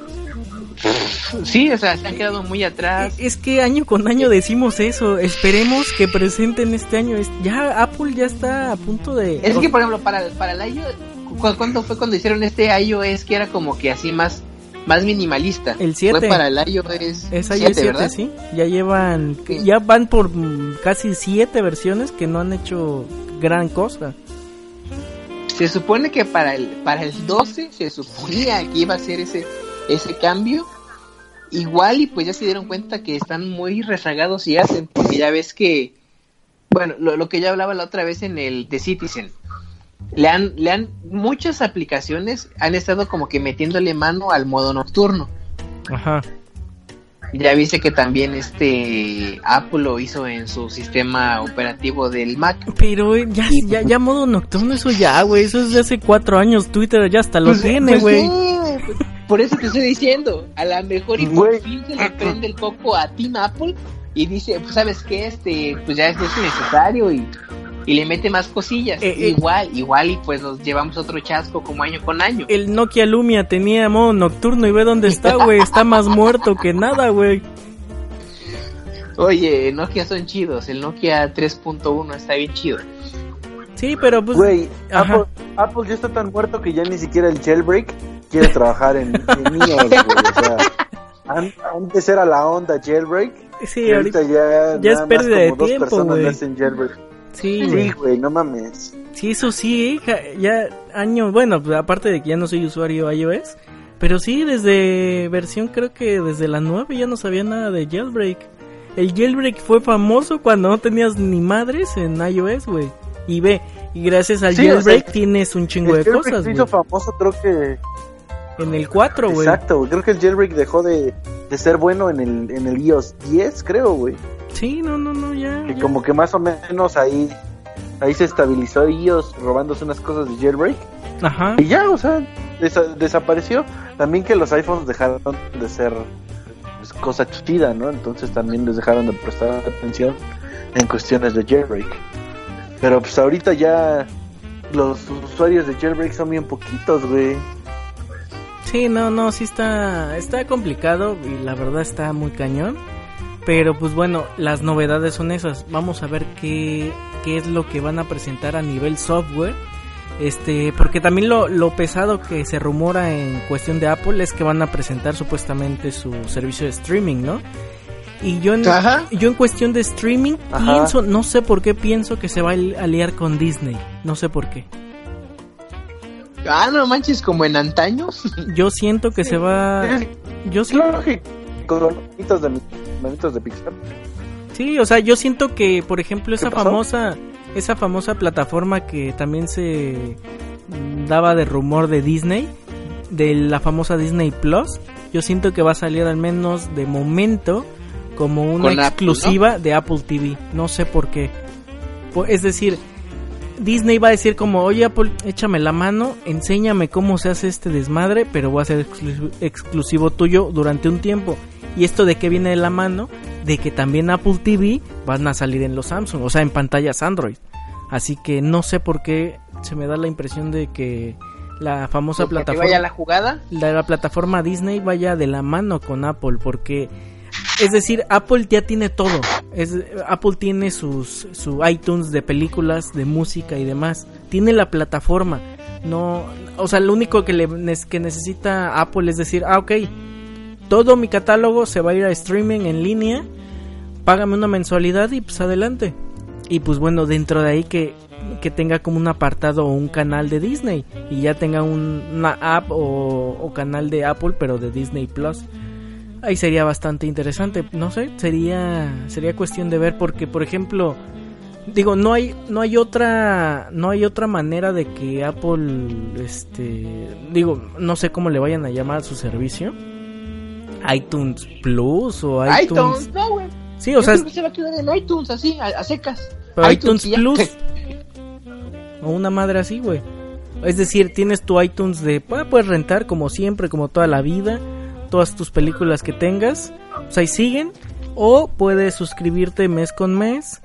sí, o sea, se han quedado muy atrás. Es que año con año decimos eso. Esperemos que presenten este año. Ya Apple ya está a punto de... Es que, por ejemplo, para el iOS, ¿cuándo fue cuando hicieron este iOS que era como que así más minimalista? El 7. Fue para el iOS es iOS 7, ¿verdad? Sí. Ya van por casi 7 versiones que no han hecho gran cosa. Se supone que para el 12 se suponía que iba a ser ese cambio. Igual y pues ya se dieron cuenta que están muy rezagados y hacen, porque ya ves que, bueno, lo que ya hablaba la otra vez en el de Citizen, le han muchas aplicaciones han estado como que metiéndole mano al modo nocturno. Ajá. Ya viste que también Apple lo hizo en su sistema operativo del Mac. Pero ya modo nocturno, eso ya, güey, eso es de hace 4 años. Twitter ya hasta lo tiene, güey. Sí, por eso te estoy diciendo, a lo mejor y por fin se le prende el coco a Team Apple y dice, pues sabes qué, pues ya es necesario y le mete más cosillas. Igual y pues nos llevamos otro chasco como año con año. El Nokia Lumia tenía modo nocturno y ve dónde está, güey, está más muerto que nada, güey. Oye, Nokia son chidos, el Nokia 3.1 está bien chido. Sí, pero pues... Güey, Apple ya está tan muerto que ya ni siquiera el jailbreak quiere trabajar en iOS, güey. O sea, antes era la onda jailbreak. Sí, y ahorita ya es pérdida de tiempo, güey. Hacen jailbreak. Sí, güey, no mames. Sí, eso sí, ya años, bueno, aparte de que ya no soy usuario iOS, pero sí, desde versión, creo que desde la 9 ya no sabía nada de jailbreak. El jailbreak fue famoso cuando no tenías ni madres en iOS, güey. Y gracias al jailbreak, o sea, tienes un chingo de cosas, güey. Se hizo famoso, creo que en el 4, güey. Exacto, creo que el jailbreak dejó de ser bueno en el iOS 10, creo, güey. Sí, no, ya. Y como que más o menos ahí se estabilizó iOS robándose unas cosas de jailbreak. Ajá. Y ya, o sea, desapareció. También que los iPhones dejaron de ser pues, cosa chida, ¿no? Entonces también les dejaron de prestar atención en cuestiones de jailbreak. Pero pues ahorita ya los usuarios de jailbreak son bien poquitos, güey. Sí, no, sí está complicado y la verdad está muy cañón. Pero pues bueno, las novedades son esas. Vamos a ver qué es lo que van a presentar a nivel software. Porque también lo pesado que se rumora en cuestión de Apple es que van a presentar supuestamente su servicio de streaming, ¿no? Y yo en cuestión de streaming pienso, no sé por qué pienso que se va a aliar con Disney. No sé por qué. No manches, como en antaño. Yo siento que se va... Yo siento... Con los manitos de Pixar. Sí, o sea, yo siento que, por ejemplo, esa famosa plataforma que también se daba de rumor de Disney, de la famosa Disney Plus, yo siento que va a salir al menos de momento como una exclusiva Apple, ¿no? De Apple TV. No sé por qué. Es decir, Disney va a decir como, oye Apple, échame la mano, enséñame cómo se hace este desmadre, pero voy a ser exclusivo tuyo durante un tiempo. ¿Y esto de qué viene de la mano? De que también Apple TV van a salir en los Samsung, o sea, en pantallas Android. Así que no sé por qué se me da la impresión de que la famosa plataforma... ¿Que vaya la jugada? La plataforma Disney vaya de la mano con Apple, porque... Es decir, Apple ya tiene todo. Apple tiene su iTunes de películas, de música y demás. Tiene la plataforma. No, o sea, lo único que necesita Apple es decir, ok, todo mi catálogo se va a ir a streaming en línea, págame una mensualidad y pues adelante. Y pues bueno, dentro de ahí que tenga como un apartado o un canal de Disney y ya tenga una app o canal de Apple pero de Disney Plus. Ahí sería bastante interesante, no sé, sería cuestión de ver, porque por ejemplo, digo, no hay otra manera de que Apple digo, no sé cómo le vayan a llamar a su servicio, iTunes Plus o iTunes, no, güey. Sí, o sea, creo que se va a quedar en iTunes así, a secas. Pero iTunes Plus o una madre así, güey. Es decir, tienes tu iTunes puedes rentar como siempre, como toda la vida, todas tus películas que tengas, pues ahí siguen, o puedes suscribirte mes con mes,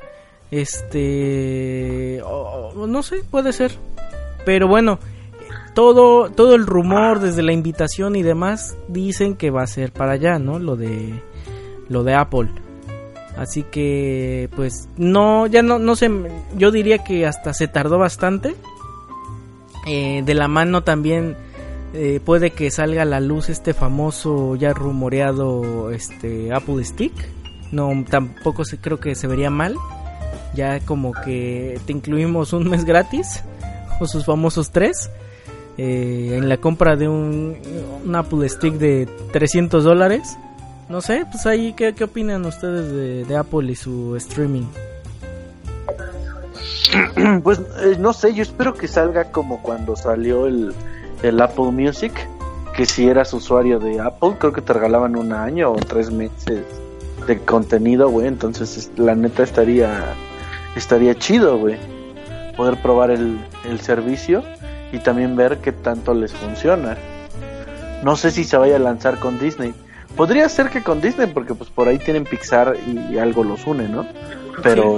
no sé, puede ser, pero bueno, todo el rumor desde la invitación y demás dicen que va a ser para allá, ¿no? Lo de Apple. Así que pues no sé, yo diría que hasta se tardó bastante. De la mano también puede que salga a la luz este famoso ya rumoreado Apple Stick. No, tampoco creo que se vería mal. Ya como que te incluimos un mes gratis o sus famosos 3 en la compra de un Apple Stick de $300. No sé, pues ahí, ¿qué opinan ustedes de Apple y su streaming? Pues no sé, yo espero que salga como cuando salió el Apple Music, que si eras usuario de Apple, creo que te regalaban 1 año o 3 meses de contenido, güey. Entonces la neta estaría chido, güey, poder probar el servicio y también ver qué tanto les funciona. No sé si se vaya a lanzar con Disney. Podría ser que con Disney, porque pues por ahí tienen Pixar y algo los une, ¿no? Pero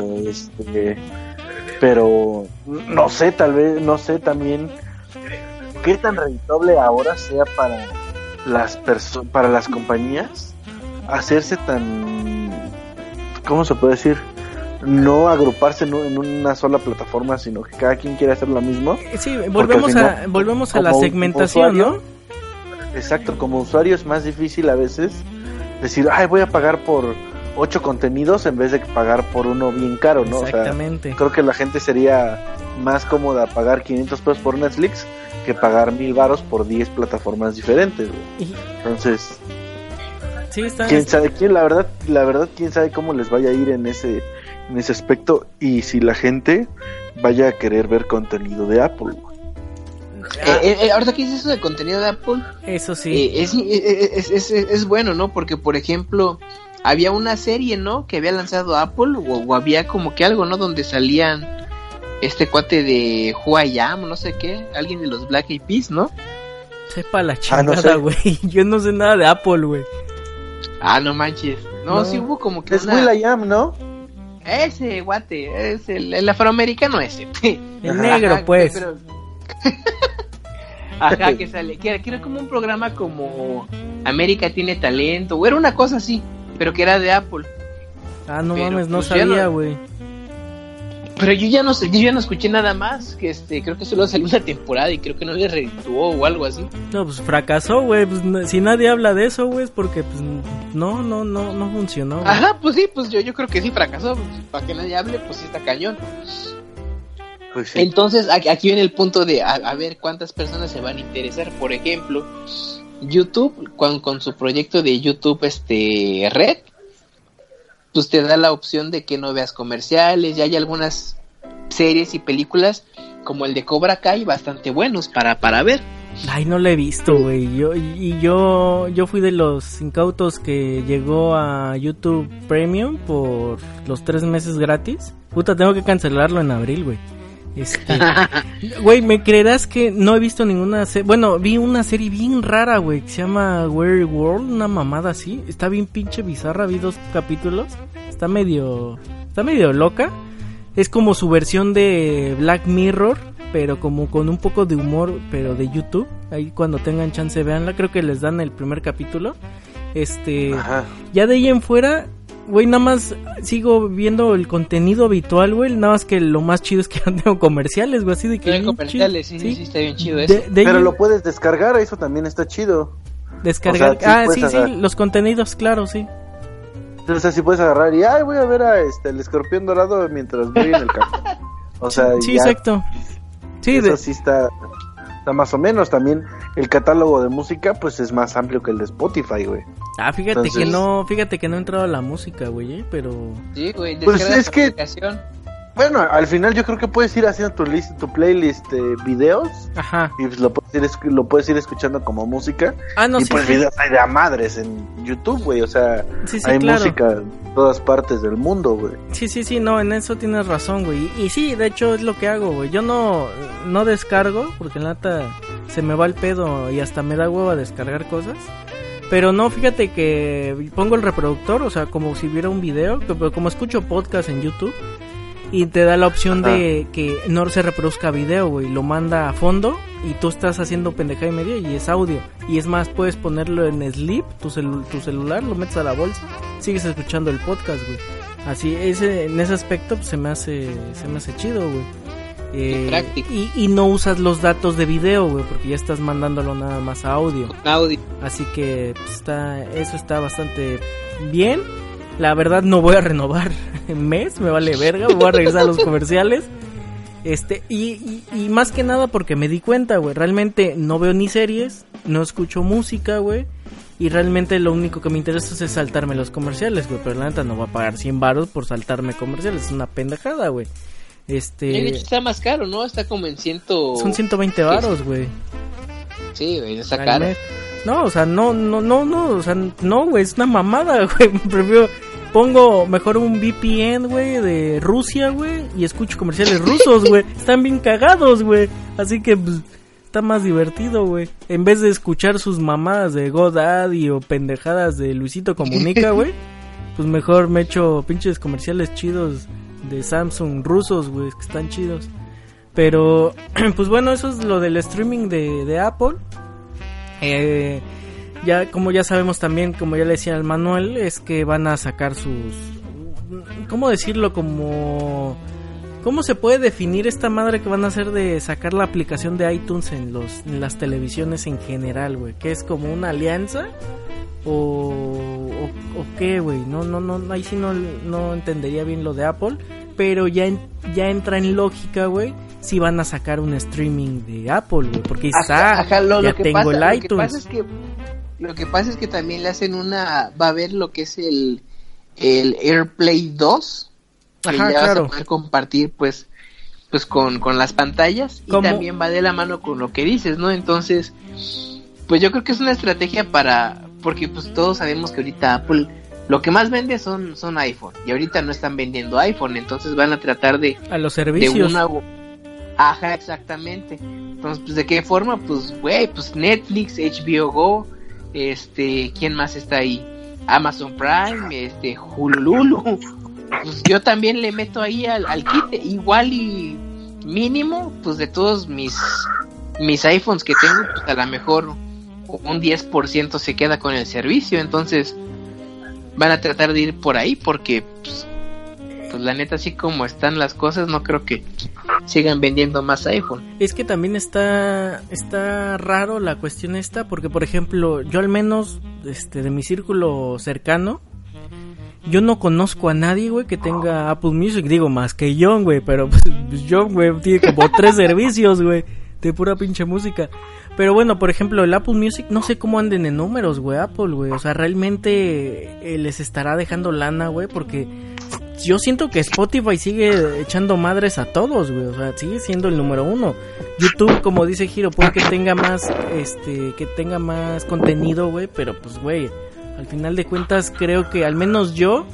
pero no sé, tal vez, no sé también qué tan rentable ahora sea para las compañías hacerse tan, ¿cómo se puede decir? No agruparse en una sola plataforma, sino que cada quien quiere hacer lo mismo. Sí, volvemos a la segmentación, usuario, ¿no? Exacto, como usuario es más difícil a veces decir, voy a pagar por 8 contenidos en vez de pagar por uno bien caro, ¿no? Exactamente. O sea, creo que la gente sería más cómoda pagar $500 por Netflix que pagar $1,000 por 10 plataformas diferentes, güey. Entonces, sí, quién sabe, la verdad quién sabe cómo les vaya a ir en ese aspecto y si la gente vaya a querer ver contenido de Apple. Ahorita que dices eso de contenido de Apple, eso sí, es bueno, ¿no? Porque por ejemplo había una serie, ¿no? Que había lanzado Apple o había como que algo, ¿no? Donde salían este cuate de Who I Am, no sé qué, alguien de los Black Eyed Peas, ¿no? Sepa la chingada, güey. No sé. Yo no sé nada de Apple, güey. Ah, no manches. No, sí hubo como que es Will.i.am, ¿no? Ese guate, es el afroamericano ese. El negro, pues. Pero... Ajá, que sale, que era como un programa como América tiene talento, o era una cosa así, pero que era de Apple. Ah, no pero, mames, no pues sabía, güey. Pero yo ya no escuché nada más, que creo que solo salió una temporada y creo que no le redituó o algo así. No, pues fracasó, güey, pues si nadie habla de eso, güey, es porque pues no funcionó. Güey. Ajá, pues sí, pues yo creo que sí fracasó, pues, para que nadie hable, pues sí está cañón. Pues sí. Entonces, aquí viene el punto de a ver cuántas personas se van a interesar. Por ejemplo, YouTube, con su proyecto de YouTube Red, pues te da la opción de que no veas comerciales. Ya hay algunas series y películas como el de Cobra Kai bastante buenos para ver. Ay, no lo he visto, güey. Yo fui de los incautos que llegó a YouTube Premium por los 3 meses gratis. Puta, tengo que cancelarlo en abril, güey. Güey, ¿me creerás que no he visto ninguna serie? Bueno, vi una serie bien rara, güey, que se llama Weird World, una mamada así. Está bien pinche bizarra, vi 2 capítulos. Está medio loca. Es como su versión de Black Mirror, pero como con un poco de humor, pero de YouTube. Ahí cuando tengan chance véanla, creo que les dan el primer capítulo. Ajá. Ya de ahí en fuera, güey, nada más sigo viendo el contenido habitual, güey. Nada más que lo más chido es que no tengo comerciales, güey. Así de que. Tienen comerciales, sí, está bien chido eso. Pero lo puedes descargar, eso también está chido. Descargar. O sea, sí, los contenidos, claro, sí. Entonces, si puedes agarrar y voy a ver a el escorpión dorado mientras voy en el campo. O sea, sí, exacto. Sí, eso sí está más o menos. También el catálogo de música, pues es más amplio que el de Spotify, güey. Fíjate que no he entrado a la música, güey, pero... Sí, güey, pues es que... Aplicación. Bueno, al final yo creo que puedes ir haciendo tu playlist de videos. Ajá. Y pues lo puedes ir escuchando como música. No, y sí, pues sí. Videos hay de a madres en YouTube, güey. O sea, sí, hay claro. música en todas partes del mundo, güey. Sí, no, en eso tienes razón, güey. Y sí, de hecho es lo que hago, güey. Yo no descargo, porque en la neta se me va el pedo y hasta me da hueva descargar cosas. Pero no, fíjate que pongo el reproductor, o sea, como si viera un video, como escucho podcast en YouTube. Y te da la opción de que no se reproduzca video, güey. Lo manda a fondo y tú estás haciendo pendejada y media y es audio. Y es más, puedes ponerlo en sleep, tu celular, lo metes a la bolsa, sigues escuchando el podcast, güey. Así, en ese aspecto pues, se me hace chido, güey. Práctico. Y no usas los datos de video, güey, porque ya estás mandándolo nada más a audio. Así que pues, eso está bastante bien. La verdad no voy a renovar en mes, me vale verga, voy a regresar a los comerciales. Y más que nada porque me di cuenta, güey, realmente no veo ni series, no escucho música, güey. Y realmente lo único que me interesa es saltarme los comerciales, güey. Pero la neta no voy a pagar 100 baros por saltarme comerciales, es una pendejada, güey. Está más caro, ¿no? Está como en Son 120 baros, güey. Sí, güey, está caro. No, o sea, no, o sea, no, güey, es una mamada, güey. Prefiero, pongo mejor un VPN, güey, de Rusia, güey, y escucho comerciales rusos, güey. Están bien cagados, güey. Así que, pues, está más divertido, güey. En vez de escuchar sus mamadas de GoDaddy o pendejadas de Luisito Comunica, güey, pues mejor me echo pinches comerciales chidos de Samsung rusos, güey, que están chidos. Pero, pues bueno, eso es lo del streaming de Apple. Como ya sabemos también, como ya le decía al Manuel, es que van a sacar sus... ¿Cómo decirlo? ¿Cómo se puede definir esta madre que van a hacer de sacar la aplicación de iTunes en las televisiones en general, güey? ¿Que es como una alianza? ¿O qué, güey? No, ahí sí no entendería bien lo de Apple. Pero ya entra en lógica, güey, si van a sacar un streaming de Apple, güey, porque ya tengo el iTunes. Lo que pasa es que también le hacen va a haber lo que es el AirPlay 2, que ya vas a poder compartir, pues con las pantallas, y también va de la mano con lo que dices, ¿no? Entonces, pues yo creo que es una estrategia porque pues todos sabemos que ahorita Apple lo que más vende son iPhone, y ahorita no están vendiendo iPhone, entonces van a tratar de... A los servicios. Ajá, exactamente. Entonces, pues, ¿de qué forma? Pues, güey, pues Netflix, HBO Go, ¿quién más está ahí? Amazon Prime, Hulu. Pues yo también le meto ahí al quite, igual y mínimo, pues de todos mis iPhones que tengo, pues a lo mejor un 10% se queda con el servicio, entonces van a tratar de ir por ahí porque pues la neta, así como están las cosas, no creo que sigan vendiendo más iPhone. Es que también está raro la cuestión esta, porque por ejemplo, yo al menos de mi círculo cercano, yo no conozco a nadie, güey, que tenga Apple Music, digo, más que John, güey, pero pues John, güey, tiene como 3 servicios, güey, de pura pinche música. Pero bueno, por ejemplo, el Apple Music, no sé cómo anden en números, güey, Apple, güey, o sea, realmente les estará dejando lana, güey, porque yo siento que Spotify sigue echando madres a todos, güey, o sea, sigue siendo el número 1. YouTube, como dice Hiro, puede que tenga más, contenido, güey, pero pues, güey, al final de cuentas creo que al menos yo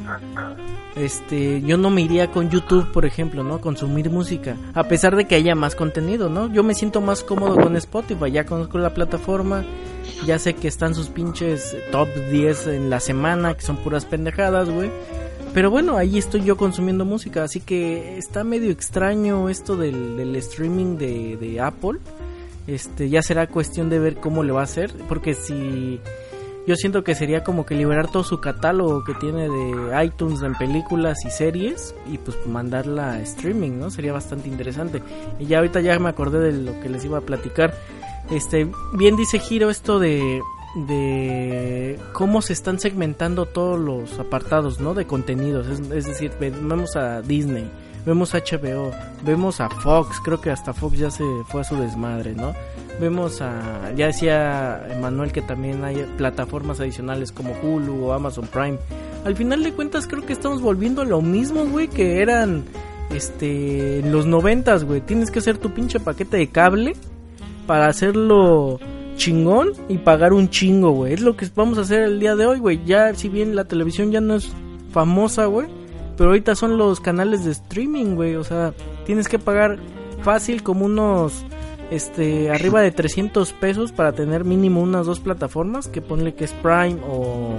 no me iría con YouTube, por ejemplo, ¿no? Consumir música, a pesar de que haya más contenido, ¿no? Yo me siento más cómodo con Spotify, ya conozco la plataforma, ya sé que están sus pinches top 10 en la semana, que son puras pendejadas, güey. Pero bueno, ahí estoy yo consumiendo música, así que está medio extraño esto del streaming de Apple. Ya será cuestión de ver cómo le va a hacer, porque si... Yo siento que sería como que liberar todo su catálogo que tiene de iTunes en películas y series y pues mandarla a streaming, ¿no? Sería bastante interesante. Y ya ahorita ya me acordé de lo que les iba a platicar. Bien dice Hiro esto de cómo se están segmentando todos los apartados, ¿no? De contenidos, es decir, vemos a Disney, vemos a HBO, vemos a Fox, creo que hasta Fox ya se fue a su desmadre, ¿no? Vemos ya decía Manuel que también hay plataformas adicionales como Hulu o Amazon Prime. Al final de cuentas creo que estamos volviendo a lo mismo, güey, que eran en los 90s, güey. Tienes que hacer tu pinche paquete de cable para hacerlo chingón y pagar un chingo, güey. Es lo que vamos a hacer el día de hoy, güey. Ya, si bien la televisión ya no es famosa, güey, pero ahorita son los canales de streaming, güey. O sea, tienes que pagar fácil como unos arriba de 300 pesos para tener mínimo unas 2 plataformas, que ponle que es Prime o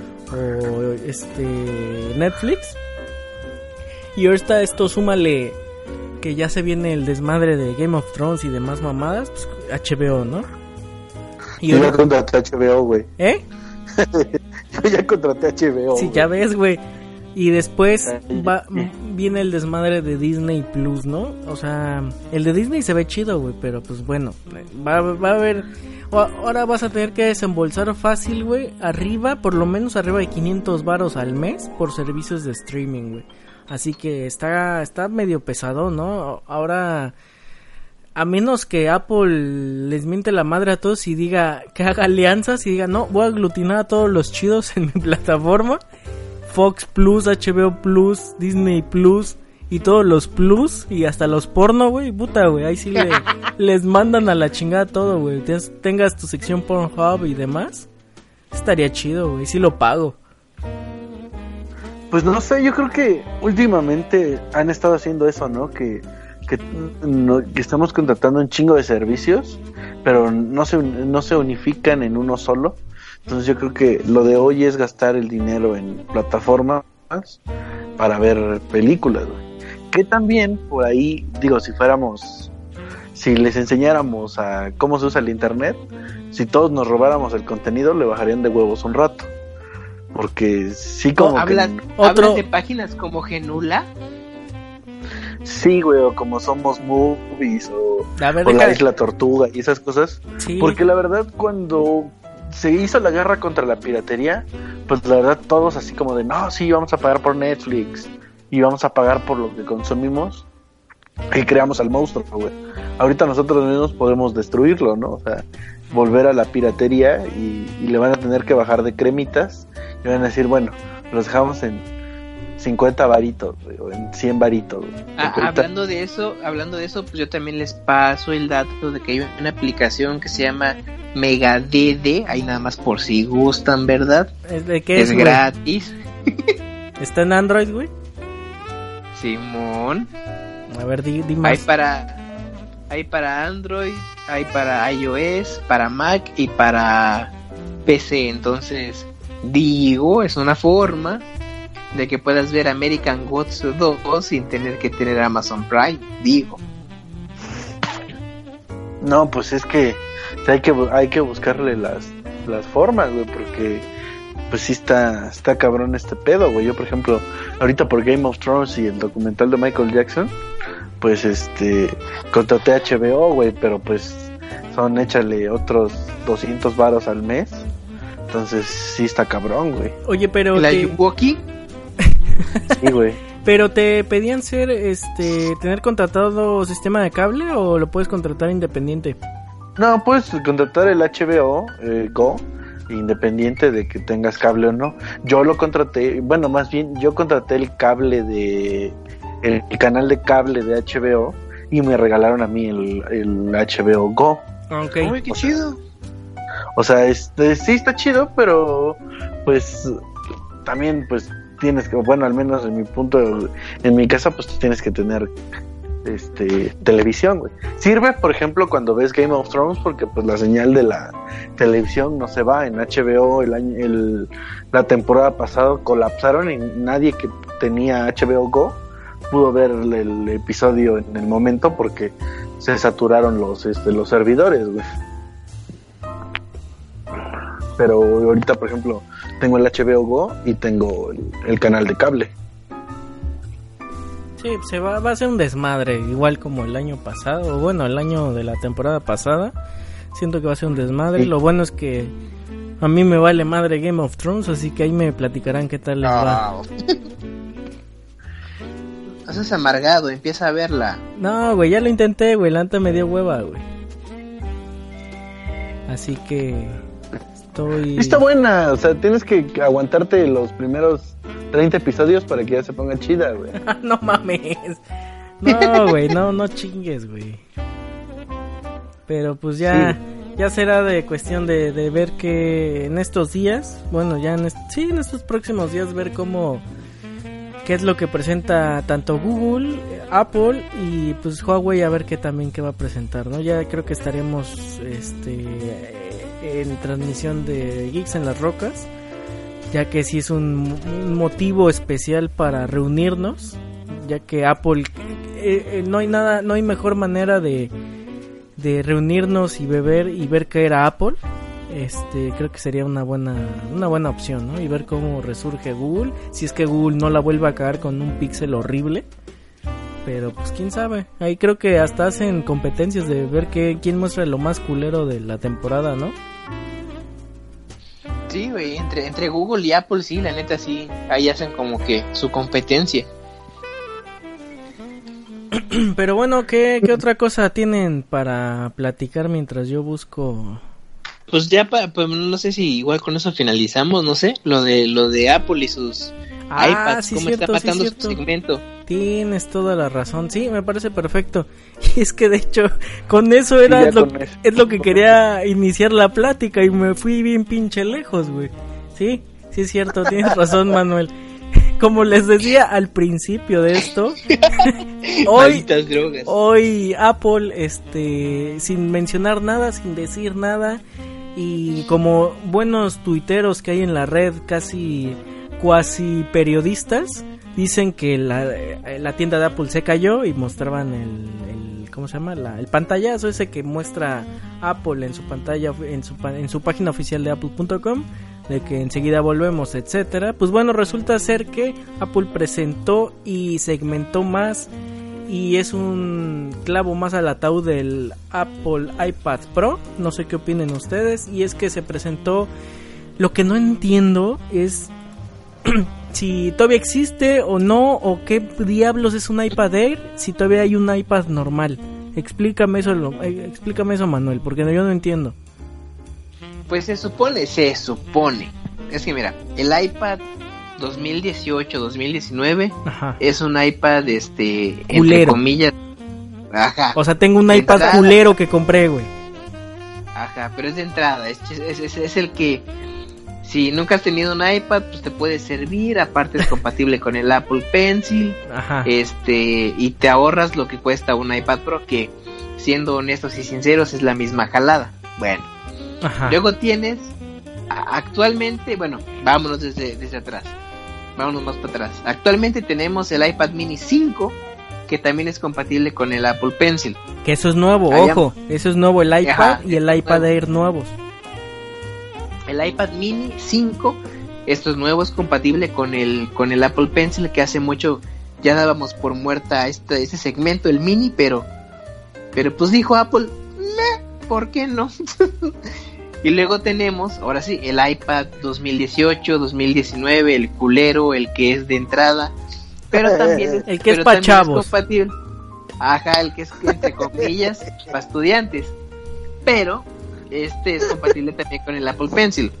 Netflix. Y ahorita esto súmale que ya se viene el desmadre de Game of Thrones y demás mamadas, pues HBO, ¿no? Yo ya contraté HBO, güey. ¿Eh? Yo ya contraté HBO. Sí, ya ves, güey. Y después viene el desmadre de Disney Plus, ¿no? O sea, el de Disney se ve chido, güey, pero pues bueno, va a haber... Ahora vas a tener que desembolsar fácil, güey, por lo menos arriba de 500 varos al mes por servicios de streaming, güey. Así que está medio pesado, ¿no? Ahora, a menos que Apple les miente la madre a todos y diga que haga alianzas y diga, no, voy a aglutinar a todos los chidos en mi plataforma. Fox Plus, HBO Plus, Disney Plus y todos los Plus y hasta los porno, güey, puta, güey, ahí sí les mandan a la chingada todo, güey. Tengas tu sección Pornhub y demás, estaría chido, güey, sí lo pago. Pues no sé, yo creo que últimamente han estado haciendo eso, ¿no? Que estamos contratando un chingo de servicios, pero no se unifican en uno solo. Entonces yo creo que lo de hoy es gastar el dinero en plataformas para ver películas, güey. Que también por ahí, digo, si les enseñáramos a cómo se usa el internet, si todos nos robáramos el contenido, le bajarían de huevos un rato. Porque sí, como ¿Hablan de páginas como Genula? Sí, güey, o como Somos Movies o la Isla Tortuga y esas cosas. Sí. Porque la verdad, cuando se hizo la guerra contra la piratería, pues la verdad todos así como de, no, sí, vamos a pagar por Netflix y vamos a pagar por lo que consumimos, y creamos al monstruo, güey. Ahorita nosotros mismos podemos destruirlo, ¿no? O sea, volver a la piratería y le van a tener que bajar de cremitas y van a decir, bueno, los dejamos en 50 varitos, güey, o en 100 varitos, güey. Hablando de eso, pues yo también les paso el dato de que hay una aplicación que se llama MegaDD, ahí nada más por si gustan, ¿verdad? ¿De qué es gratis. ¿Está en Android, güey? Simón. A ver, di más. Hay Hay para Android, hay para iOS, para Mac y para PC. Entonces, digo, es una forma de que puedas ver American Gods 2 sin tener que tener Amazon Prime, digo. No, pues es que hay que buscarle las formas, güey, porque pues sí está cabrón este pedo, güey. Yo, por ejemplo, ahorita por Game of Thrones y el documental de Michael Jackson, pues contraté HBO, güey, pero pues son échale otros 200 varos al mes. Entonces sí está cabrón, güey. Oye, pero ¿la Yuwoki? Sí, güey. ¿Pero te pedían tener contratado sistema de cable o lo puedes contratar independiente? No, puedes contratar el HBO Go independiente de que tengas cable o no. Yo lo contraté, bueno, más bien yo contraté el cable el canal de cable de HBO y me regalaron a mí el HBO Go. Okay. Uy, qué chido. O sea, sí está chido, pero pues también pues tienes que, bueno, al menos en mi casa pues tienes que tener televisión, güey. Sirve, por ejemplo, cuando ves Game of Thrones porque pues la señal de la televisión no se va. En HBO la temporada pasada colapsaron y nadie que tenía HBO Go pudo ver el episodio en el momento porque se saturaron los servidores, güey. Pero ahorita, por ejemplo, tengo el HBO Go y tengo el canal de cable. Sí, va a ser un desmadre, igual como el año pasado, o bueno, el año de la temporada pasada. Siento que va a ser un desmadre. Sí. Lo bueno es que a mí me vale madre Game of Thrones, así que ahí me platicarán qué tal les va. Estás amargado, empieza a verla. No, güey, ya lo intenté, güey, la neta me dio hueva, güey. Así que está buena, o sea, tienes que aguantarte los primeros 30 episodios para que ya se ponga chida, güey. No mames. No, güey, no chingues, güey. Pero pues ya será de cuestión de ver que en estos días, bueno, ya en estos próximos días ver qué es lo que presenta tanto Google, Apple y pues Huawei, a ver qué va a presentar, ¿no? Ya creo que estaremos en transmisión de Geeks en las Rocas, ya que sí es un motivo especial para reunirnos, ya que Apple no hay mejor manera de reunirnos y beber y ver qué era Apple. Creo que sería una buena opción, ¿no? Y ver cómo resurge Google, si es que Google no la vuelve a cagar con un píxel horrible. Pero pues quién sabe. Ahí creo que hasta hacen competencias de ver quién muestra lo más culero de la temporada, ¿no? Sí, güey, entre Google y Apple sí, la neta sí. Ahí hacen como que su competencia. Pero bueno, ¿qué otra cosa tienen para platicar mientras yo busco? Pues ya pues no sé si igual con eso finalizamos, no sé, lo de Apple y sus iPads, sí, cómo cierto, está matando sí, su segmento. Tienes toda la razón, sí, me parece perfecto. Y es que de hecho con eso es lo que quería iniciar la plática y me fui bien pinche lejos, güey. Sí, es cierto, tienes razón, Manuel. Como les decía al principio de esto, hoy Apple, sin mencionar nada, sin decir nada, y como buenos tuiteros que hay en la red, casi cuasi periodistas, dicen que la tienda de Apple se cayó y mostraban el ¿cómo se llama? El pantallazo ese que muestra Apple en su pantalla, en su página oficial de apple.com, de que enseguida volvemos, etcétera. Pues bueno, resulta ser que Apple presentó y segmentó más y es un clavo más al ataúd del Apple iPad Pro. No sé qué opinen ustedes. Y es que se presentó, lo que no entiendo es si todavía existe o no, o qué diablos es un iPad Air, si todavía hay un iPad normal. Explícame eso, Manuel, porque yo no entiendo. Pues se supone, es que mira, el iPad 2018-2019 es un iPad culero, entre comillas. Ajá. O sea, tengo un iPad entrada, culero que compré, güey. Ajá, pero es de entrada, es el que si nunca has tenido un iPad, pues te puede servir, aparte es compatible con el Apple Pencil. Ajá. Y te ahorras lo que cuesta un iPad Pro, que siendo honestos y sinceros, es la misma jalada. Bueno, luego tienes actualmente, bueno, vámonos desde atrás, vámonos más para atrás. Actualmente tenemos el iPad Mini 5, que también es compatible con el Apple Pencil. Que eso es nuevo, ojo, eso es nuevo, el iPad y el iPad Air nuevos. El iPad Mini 5, esto es nuevo, es compatible con el Apple Pencil, que hace mucho ya dábamos por muerta este segmento, el Mini, pero pues dijo Apple, ¿por qué no? Y luego tenemos, ahora sí, el iPad 2018, 2019, el culero, el que es de entrada, pero también el que es para chavos. Es compatible. El que es entre comillas para estudiantes, pero este es compatible también con el Apple Pencil.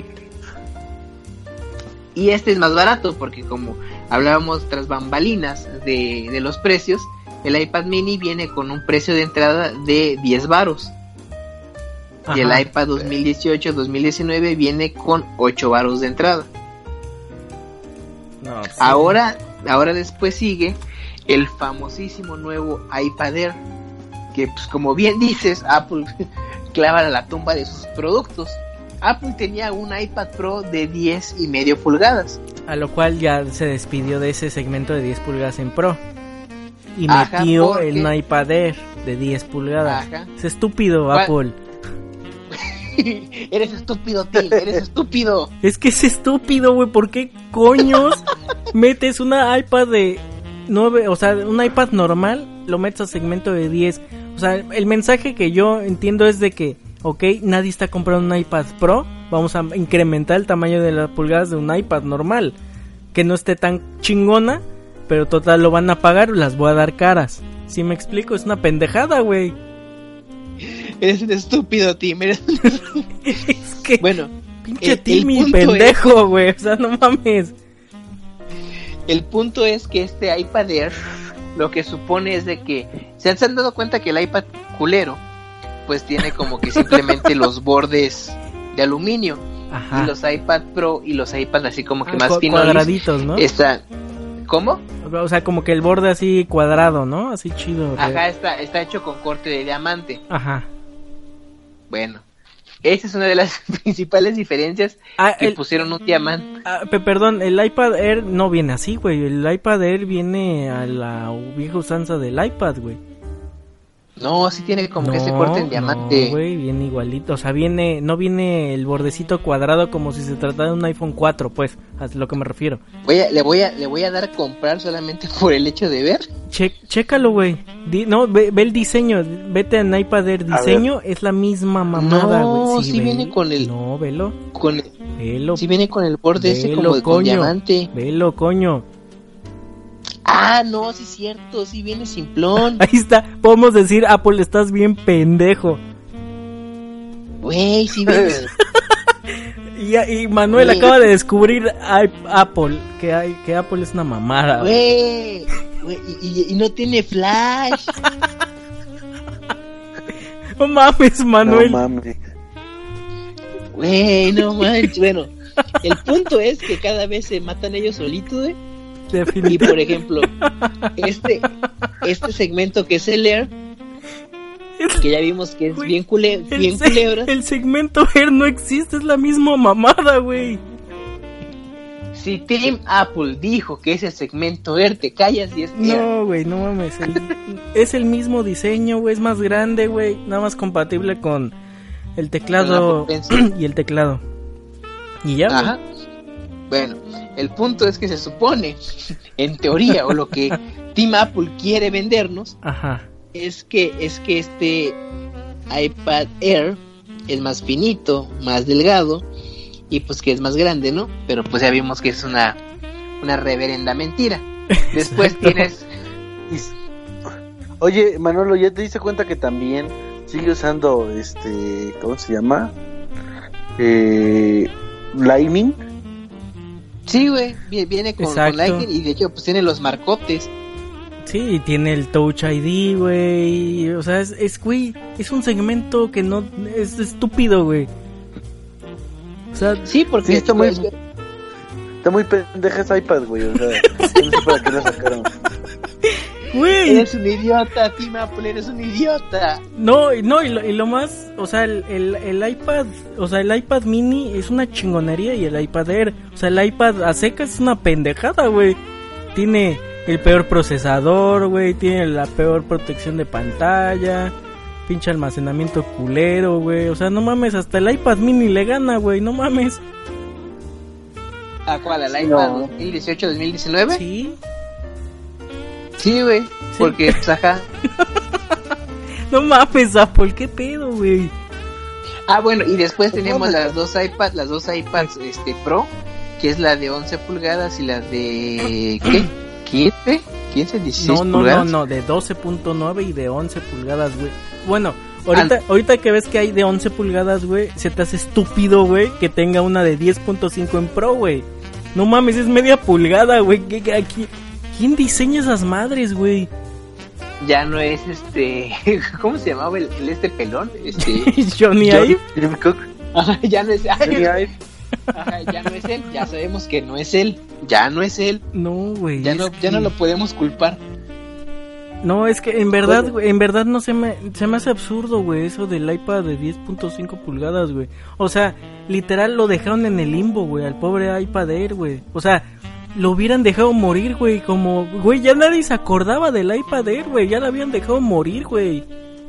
Y este es más barato porque, como hablábamos tras bambalinas de los precios, el iPad Mini viene con un precio de entrada de 10 varos. Y el iPad 2018-2019 viene con 8 varos de entrada. No, sí. Ahora después sigue el famosísimo nuevo iPad Air, que pues como bien dices, Apple clava a la tumba de sus productos. Apple tenía un iPad Pro de 10.5 pulgadas. A lo cual ya se despidió de ese segmento de 10 pulgadas en Pro. Y metió el iPad Air de 10 pulgadas. Es estúpido, Apple. Eres estúpido, Tim, eres estúpido. Es que es estúpido, güey. ¿Por qué coños metes una iPad de 9, o sea, un iPad normal, lo metes a segmento de 10? O sea, el mensaje que yo entiendo es de que, ok, nadie está comprando un iPad Pro, vamos a incrementar el tamaño de las pulgadas de un iPad normal, que no esté tan chingona, pero total lo van a pagar, las voy a dar caras. ¿Sí me explico? Es una pendejada, güey. Eres un estúpido, Tim. Es que, bueno, pinche Timmy pendejo, güey. O sea, no mames. El punto es que este iPad Air lo que supone es de que se han dado cuenta que el iPad culero pues tiene como que simplemente los bordes de aluminio. Y los iPad Pro y los iPad así como que más finos, cuadraditos, ¿no? ¿Cómo? O sea, como que el borde así cuadrado, ¿no? Así chido. Está hecho con corte de diamante. Bueno, esa es una de las principales diferencias que pusieron un diamante. Perdón, el iPad Air no viene así, güey. El iPad Air viene a la vieja usanza del iPad, güey. No, sí tiene como que ese corte en diamante. No, güey, viene igualito. O sea, no viene el bordecito cuadrado como si se tratara de un iPhone 4, pues, a lo que me refiero. Le voy a dar a comprar solamente por el hecho de ver. Chécalo, güey. Ve el diseño. Vete en iPad Air diseño, es la misma mamada, güey. No, sí viene con el... No, velo. Velo. Sí viene con el borde ese como con diamante. Velo, coño. No, sí es cierto, sí viene simplón. Ahí está, podemos decir, Apple, estás bien pendejo. Güey, sí viene. y Manuel acaba de descubrir Apple, que Apple es una mamada. Güey, y no tiene flash. No mames, Manuel. No mames. Güey, no manches. Bueno, el punto es que cada vez se matan ellos solitos, güey. Y por ejemplo, este segmento que es el Air, que ya vimos que es bien culebra. El segmento Air no existe, es la misma mamada, güey. Si Tim Apple dijo que ese segmento Air, te callas y es Air. No, güey, no mames. Es el mismo diseño, güey, es más grande, güey. Nada más compatible con el teclado y el teclado. Y ya, ajá. Bueno, el punto es que se supone, en teoría, o lo que Tim Apple quiere vendernos, es que este iPad Air es más finito, más delgado, y pues que es más grande, ¿no? Pero pues ya vimos que es una reverenda mentira. Después tienes... Oye, Manolo, ¿ya te diste cuenta que también sigue usando ¿cómo se llama? Lightning. Sí, güey, viene con Lightning y de hecho pues tiene los marcotes. Sí, tiene el Touch ID, güey. O sea, güey, es un segmento que no es estúpido, güey. O sea, sí, porque sí, está muy pendeja esa iPad, güey. O sea, no sé para qué la sacaron. Güey. Eres un idiota, Tim Apple, eres un idiota. No, y lo más, o sea, el iPad, o sea, el iPad mini es una chingonería y el iPad Air, o sea, el iPad a secas es una pendejada, güey. Tiene el peor procesador, güey, tiene la peor protección de pantalla, pinche almacenamiento culero, güey. O sea, no mames, hasta el iPad mini le gana, güey, no mames. ¿A cuál? ¿Al iPad 2018-2019? Sí. Sí, güey, porque, pues, ajá. No mames, Apple, ¿qué pedo, güey? Ah, bueno, y después tenemos las dos iPads Pro, que es la de 11 pulgadas y la de ¿qué? 15, 16 pulgadas. No, de 12.9 y de 11 pulgadas, güey. Bueno, ahorita que ves que hay de 11 pulgadas, güey, se te hace estúpido, güey, que tenga una de 10.5 en Pro, güey. No mames, es media pulgada, güey. ¿Quién diseña esas madres, güey? Ya no es ¿cómo se llamaba el pelón? Johnny Ive. Tim Cook. Ajá, ya no es Johnny Ive. Ajá, ya no es él, ya sabemos que no es él. Ya no es él. No, güey. Ya no lo podemos culpar. No, es que en verdad, güey, en verdad no se me hace absurdo, güey, eso del iPad de 10.5 pulgadas, güey. O sea, literal lo dejaron en el limbo, güey, al pobre iPad Air, güey. O sea, lo hubieran dejado morir, güey, como, güey, ya nadie se acordaba del iPad Air, güey, ya lo habían dejado morir, güey.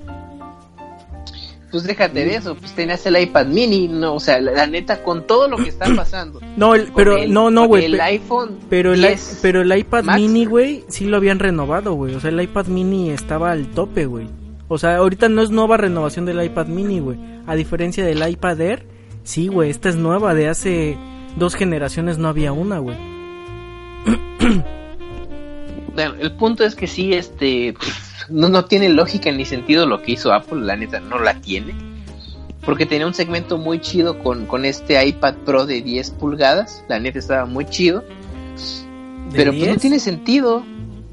Pues déjate de eso, pues tenías el iPad mini, no, o sea, la neta, con todo lo que está pasando. No, güey. El iPhone. Pero el iPad Max, mini, güey, sí lo habían renovado, güey. O sea, el iPad mini estaba al tope, güey. O sea, ahorita no es nueva renovación del iPad mini, güey. A diferencia del iPad Air, sí, güey, esta es nueva. De hace 2 generaciones no había una, güey. Bueno, el punto es que sí, no tiene lógica ni sentido lo que hizo Apple, la neta no la tiene, porque tenía un segmento muy chido con este iPad Pro de 10 pulgadas, la neta estaba muy chido, pero pues no tiene sentido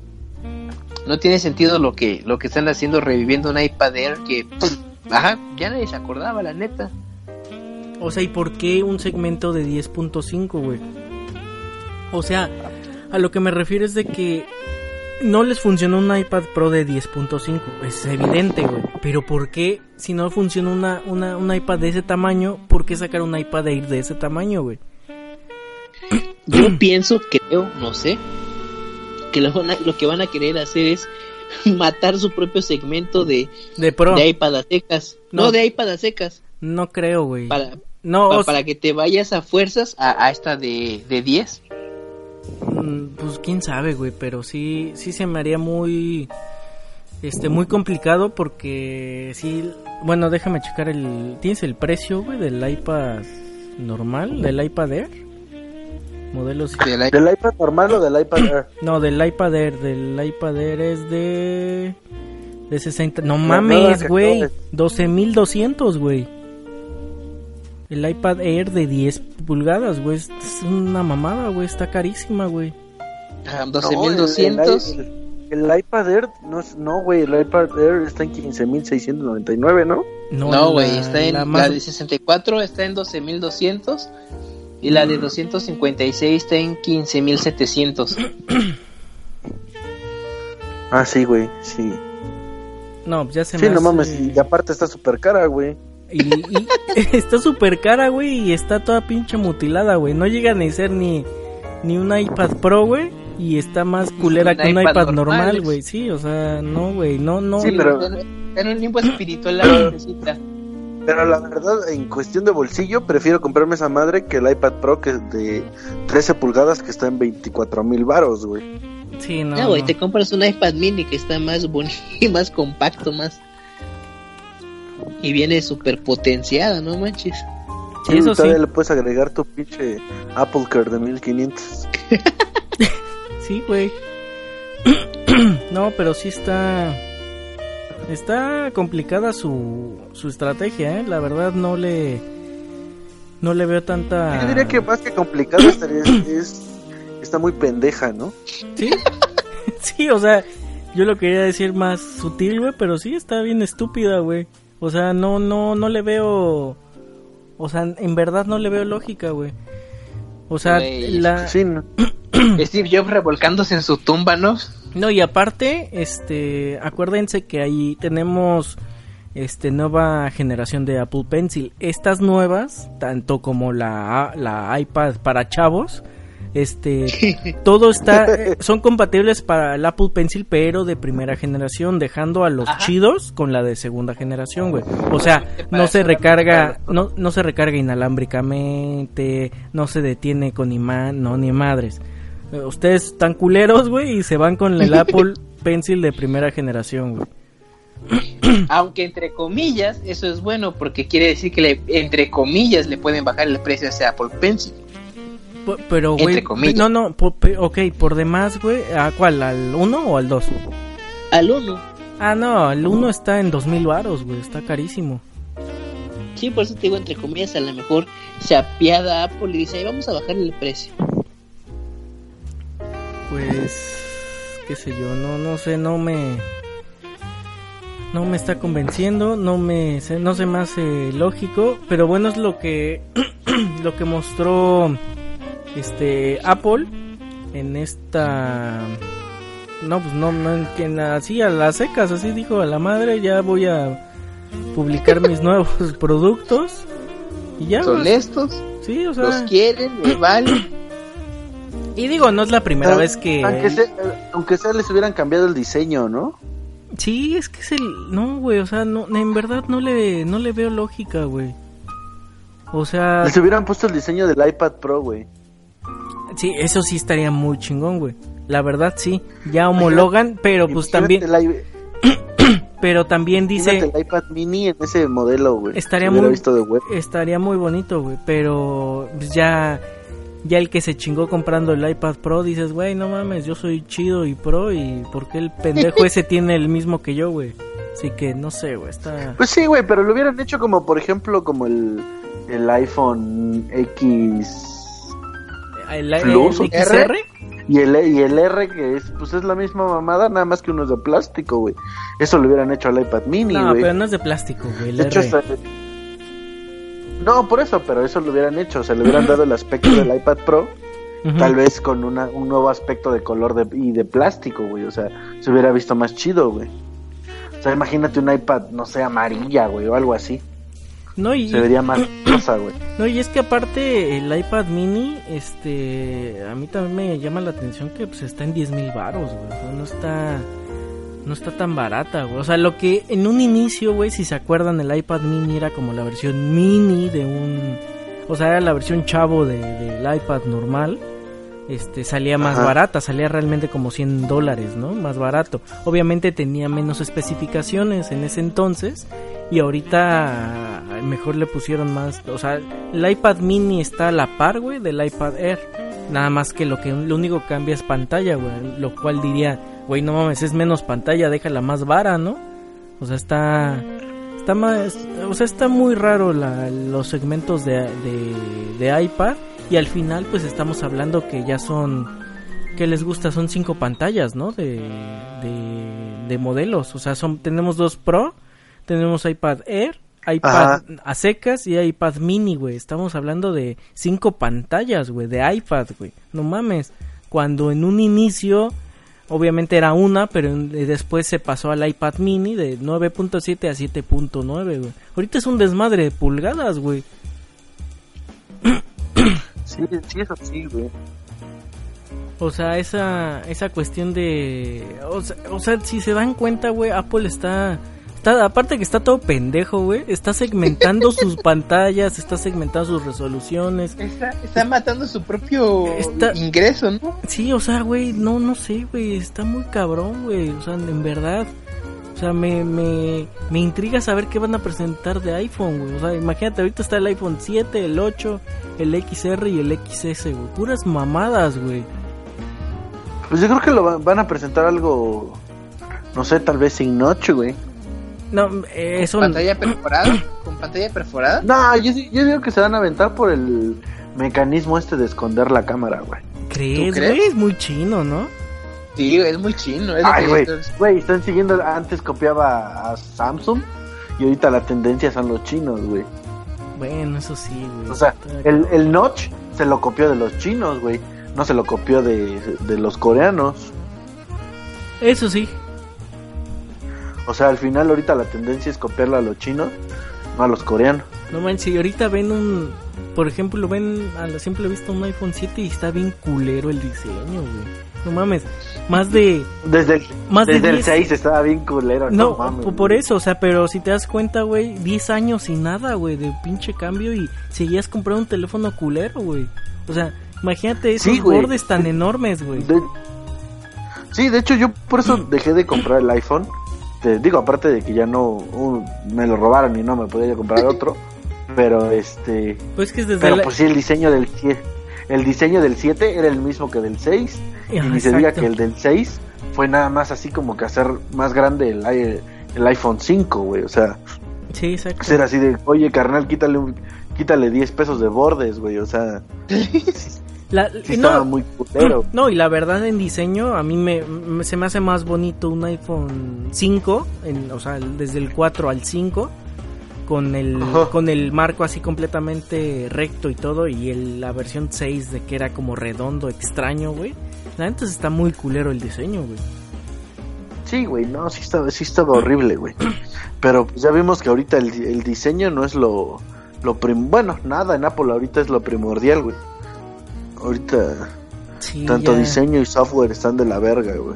lo que están haciendo, reviviendo un iPad Air que, ajá, ya nadie se acordaba, la neta. O sea, ¿y por qué un segmento de 10.5, güey? O sea, a lo que me refiero es de que no les funcionó un iPad Pro de 10.5, es evidente, güey. Pero ¿por qué, si no funciona un iPad de ese tamaño, por qué sacar un iPad Air de ese tamaño, güey? Yo pienso, creo, no sé, que lo que van a querer hacer es matar su propio segmento de Pro. De iPad a secas. No, de iPad a secas. No creo, güey. Para que te vayas a fuerzas a esta de 10. Pues quién sabe, güey, pero sí se me haría muy complicado porque sí, bueno, déjame checar ¿tienes el precio, güey, del iPad normal, del iPad Air? Modelos ¿Del iPad normal o del iPad Air? No, del iPad Air es de 60, no mames, güey, 12,200, güey. El iPad Air de 10 pulgadas, güey, es una mamada, güey, está carísima, güey. 12,200. El iPad Air, no, güey, el iPad Air está en 15,699, ¿no? No, güey, la de 64 está en 12,200 y la de 256 está en 15,700. Ah, sí, güey, sí. No, pues ya se me hace... no mames, y aparte está súper cara, güey. Y está súper cara, güey, y está toda pinche mutilada, güey. No llega ni ser ni un iPad Pro, güey, y está más culera que un iPad normal, güey. Sí, o sea, no, güey, no. Sí, pero en un limbo espiritual la necesita. Pero la verdad, en cuestión de bolsillo, prefiero comprarme esa madre que el iPad Pro, que es de 13 pulgadas, que está en 24,000 varos, güey. Sí, no. No, güey, te compras un iPad mini que está más bonito, más compacto, más... Y viene súper potenciada, ¿no manches? Sí, eso todavía sí. Le puedes agregar tu pinche Apple Care de 1500. Sí, güey. No, pero sí está complicada su estrategia, la verdad no le veo tanta... Yo diría que más que complicada está muy pendeja, ¿no? Sí. Sí, o sea, yo lo quería decir más sutil, güey, pero sí está bien estúpida, güey. O sea, no le veo... O sea, en verdad no le veo lógica, güey. O sea, Sí, no. Steve Jobs revolcándose en su tumba, ¿no? No, y aparte, acuérdense que ahí tenemos nueva generación de Apple Pencil. Estas nuevas, tanto como la iPad para chavos, todo está, son compatibles para el Apple Pencil, pero de primera generación, dejando a los chidos con la de segunda generación, güey. O sea, no se recarga inalámbricamente, no se detiene con imán, no, ni madres. Ustedes están culeros, güey, y se van con el Apple Pencil de primera generación, güey. Aunque entre comillas, eso es bueno, porque quiere decir que entre comillas le pueden bajar el precio a ese Apple Pencil. Pero, güey, no, ok, por demás, güey, ¿a cuál? ¿Al 1 o al 2? Al 1. Ah, no, el 1 está en 2,000 varos, güey, está carísimo. Sí, por eso te digo, entre comillas, a lo mejor se apiada Apple y dice, ahí vamos a bajarle el precio. Pues, qué sé yo, no sé, no me está convenciendo, no se me hace lógico, pero bueno, es lo que mostró Apple en esta, así a las secas, así dijo, a la madre, ya voy a publicar mis nuevos productos y ya. ¿Son estos? Sí, o sea, los quieren, les vale. Y digo, no es la primera vez que... Aunque sea les hubieran cambiado el diseño, ¿no? Sí, es que no, güey, o sea, no, en verdad no le veo lógica, güey. O sea... Les hubieran puesto el diseño del iPad Pro, güey. Sí, eso sí estaría muy chingón, güey. La verdad, sí. Ya homologan, pero pues también... Pero también dice... el iPad mini en ese modelo, güey. Estaría muy bonito, güey. Pero pues ya el que se chingó comprando el iPad Pro, dices, güey, no mames, yo soy chido y pro, y ¿por qué el pendejo ese tiene el mismo que yo, güey? Así que no sé, güey, está... Pues sí, güey, pero lo hubieran hecho como, por ejemplo, como el iPhone X... ¿El XR? Y el R, que es la misma mamada, nada más que uno es de plástico, güey. Eso lo hubieran hecho al iPad mini, güey. No, pero no es de plástico, güey, el de hecho, R. No, por eso, pero eso lo hubieran hecho. O sea, le hubieran dado el aspecto del iPad Pro, tal vez con un nuevo aspecto de color y de plástico, güey. O sea, se hubiera visto más chido, güey. O sea, imagínate un iPad, no sé, amarilla, güey, o algo así. No, se vería más cosa, güey. No, y es que aparte el iPad mini, a mí también me llama la atención que pues está en 10,000 varos, güey. O sea, no está tan barata, güey. O sea, lo que en un inicio, güey, si se acuerdan, el iPad mini era como la versión mini o sea, era la versión chavo del iPad normal. Salía más barata, salía realmente como $100, ¿no? Más barato. Obviamente tenía menos especificaciones en ese entonces, y ahorita mejor le pusieron más. O sea, el iPad mini está a la par, güey, del iPad Air. Nada más que lo único que cambia es pantalla, güey. Lo cual diría, güey, no mames, es menos pantalla, déjala más vara, ¿no? O sea, está más, o sea, está muy raro los segmentos de iPad. Y al final pues estamos hablando que ya son, ¿qué les gusta? Son 5 pantallas, ¿no? De modelos. O sea, tenemos 2 Pro, tenemos iPad Air, iPad a secas y iPad mini, güey. Estamos hablando de 5 pantallas, güey, de iPad, güey. No mames. Cuando en un inicio, obviamente era una, pero después se pasó al iPad mini de 9.7 a 7.9, güey. Ahorita es un desmadre de pulgadas, güey. Sí, eso sí, güey. O sea, esa cuestión de... O sea, si se dan cuenta, güey, Apple está aparte que está todo pendejo, güey, está segmentando sus pantallas, está segmentando sus resoluciones. Está matando su propio ingreso, ¿no? Sí, o sea, güey, no sé, güey, está muy cabrón, güey, o sea, en verdad... O sea, me intriga saber qué van a presentar de iPhone, güey. O sea, imagínate, ahorita está el iPhone 7, el 8, el XR y el XS, güey. Puras mamadas, güey. Pues yo creo que van a presentar algo, no sé, tal vez sin notch, güey. No, eso... ¿Con pantalla perforada? ¿Con pantalla perforada? No, yo digo que se van a aventar por el mecanismo de esconder la cámara, güey. ¿Crees, güey? Es muy chino, ¿no? Sí, es muy chino. Ay, güey, están siguiendo. Antes copiaba a Samsung y ahorita la tendencia son los chinos, güey. Bueno, eso sí, güey. O sea, el notch se lo copió de los chinos, güey. No se lo copió de los coreanos. Eso sí. O sea, al final ahorita la tendencia es copiarla a los chinos, no a los coreanos. No manches, ahorita ven por ejemplo, ven a la simple vista un iPhone 7 y está bien culero el diseño, güey. No mames, Desde el 6 estaba bien culero. No mames, por eso, o sea, pero si te das cuenta, güey, 10 años y nada, güey, de pinche cambio y seguías comprando un teléfono culero, güey. O sea, imagínate esos bordes tan enormes, güey. Sí, de hecho yo por eso dejé de comprar el iPhone. Te digo, aparte de que ya no me lo robaron y no me podía comprar otro, pero pues que es desde pero pues sí, el diseño del 7 era el mismo que del 6. Y ni se diga que el del 6 fue nada más así como que hacer más grande el iPhone 5, güey, o sea. Sí, exacto. Era así de, oye, carnal, quítale 10 pesos de bordes, güey, o sea. Estaba muy putero. No, y la verdad en diseño a mí se me hace más bonito un iPhone 5, o sea, desde el 4 al 5. Con el marco así completamente recto y todo, y la versión 6 de que era como redondo, extraño, güey. La neta está muy culero el diseño, güey. Sí, güey, no, sí estaba horrible, güey. Pero pues ya vimos que ahorita el diseño no es bueno, nada en Apple ahorita es lo primordial, güey. Ahorita sí, tanto diseño y software están de la verga, güey.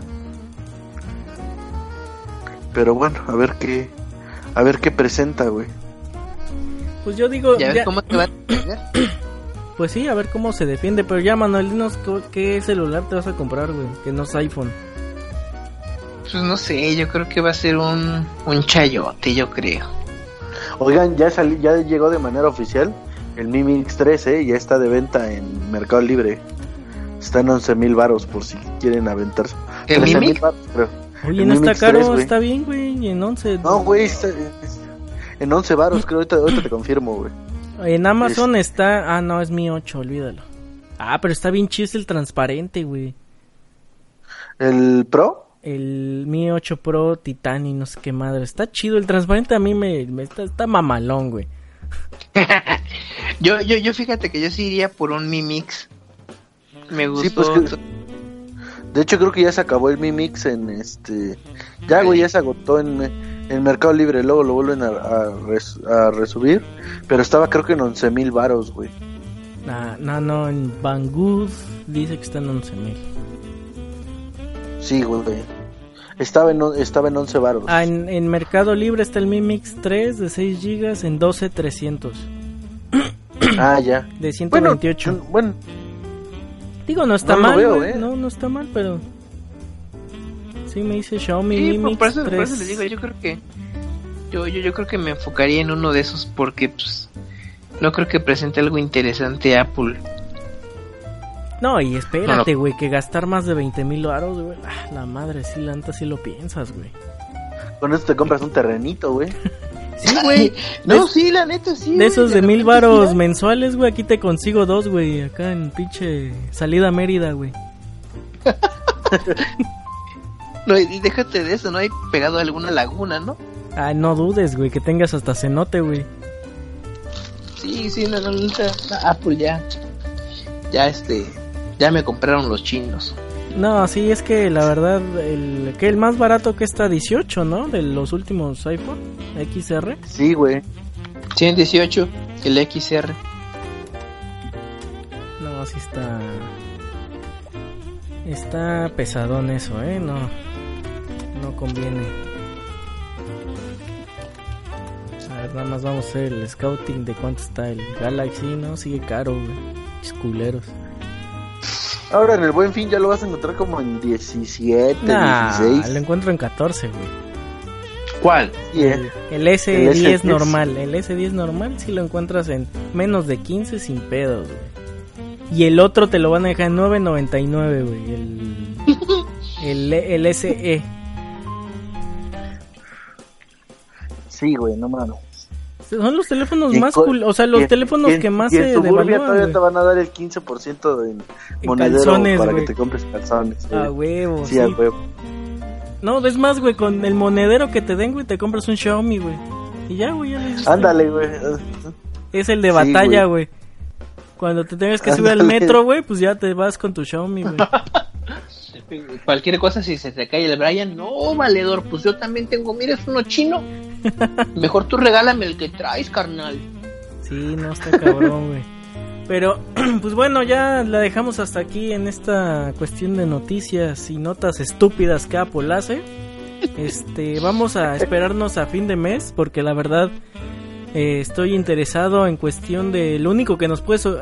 Pero bueno, a ver qué presenta, güey. Pues yo digo... ¿Ya cómo te va a defender? Pues sí, a ver cómo se defiende. Pero ya, Manuel, dinos qué celular te vas a comprar, güey, que no es iPhone. Pues no sé, yo creo que va a ser un chayote, yo creo. Oigan, ya llegó de manera oficial el Mi Mix 3, ya está de venta en Mercado Libre. Está en 11,000 varos por si quieren aventarse. ¿El Mi Mix? Oye, no está caro, 3, está bien, güey, en 11. No, güey, en 11 varos, creo, ahorita te confirmo, güey. En Amazon está... no, es Mi 8, olvídalo. Pero está bien chido el transparente, güey. ¿El Pro? El Mi 8 Pro Titani, no sé qué madre. Está chido, el transparente a mí me está mamalón, güey. Yo fíjate que yo sí iría por un Mi Mix. Me gustó. Sí, pues de hecho creo que ya se acabó el Mi Mix en ya, güey, ya se agotó en Mercado Libre, luego lo vuelven a resubir, pero estaba creo que en 11,000 varos, güey. No, en Banggood dice que está en 11,000. Sí, güey. Estaba en 11 varos. En Mercado Libre está el Mi Mix 3 de 6 GB en 12,300. Ya. De 128. Bueno. Digo, no está mal, no está mal, pero sí me dice Xiaomi Mi Mix 3. Por eso les digo, yo creo que yo creo que me enfocaría en uno de esos porque pues no creo que presente algo interesante Apple. No, y espérate, güey, que gastar más de 20,000 varos, güey. La madre, sí, la neta sí lo piensas, güey. Con eso te compras un terrenito, güey. Sí, güey. No, sí, la neta sí. De esos de 1,000 varos mensuales, güey, aquí te consigo 2, güey, acá en pinche salida a Mérida, güey. No, y déjate de eso, ¿no? Hay pegado a alguna laguna, ¿no? No dudes, güey, que tengas hasta cenote, güey. Sí, no, Apple ya me compraron los chinos. No, sí, es que la verdad, el más barato que está 18, ¿no? De los últimos iPhone XR. Sí, güey. Sí, en 18, el XR. No, sí está pesadón eso, no conviene. A ver, nada más vamos a hacer el scouting de cuánto está el Galaxy, ¿no? Sigue caro, güey. Culeros. Ahora en el Buen Fin ya lo vas a encontrar como en 17, 16. Lo encuentro en 14, güey. ¿Cuál? El S10 normal. El S10 normal si lo encuentras en menos de 15 sin pedos, güey. Y el otro te lo van a dejar en 9.99, güey. El SE. Sí, güey, no mames. Son los teléfonos más cool, o sea, los teléfonos que más se devalúan. Todavía te van a dar el 15% en monedero calzones, para güey. Que te compres calzones. A huevo, sí. A huevo. No, es más, güey, con el monedero que te den, güey, te compras un Xiaomi, güey. Y ya, güey, ya le hiciste. Ándale, güey. Es el de batalla, güey. Cuando te tengas que subir al metro, güey, pues ya te vas con tu Xiaomi, güey. Cualquier cosa, si se te cae el Brian, no, valedor, pues yo también tengo, mira, es uno chino. Mejor tú regálame el que traes, carnal. Sí, no, está cabrón, güey. Pero, pues bueno, ya la dejamos hasta aquí en esta cuestión de noticias y notas estúpidas que Apple hace. Vamos a esperarnos a fin de mes, porque la verdad estoy interesado en cuestión de lo único que nos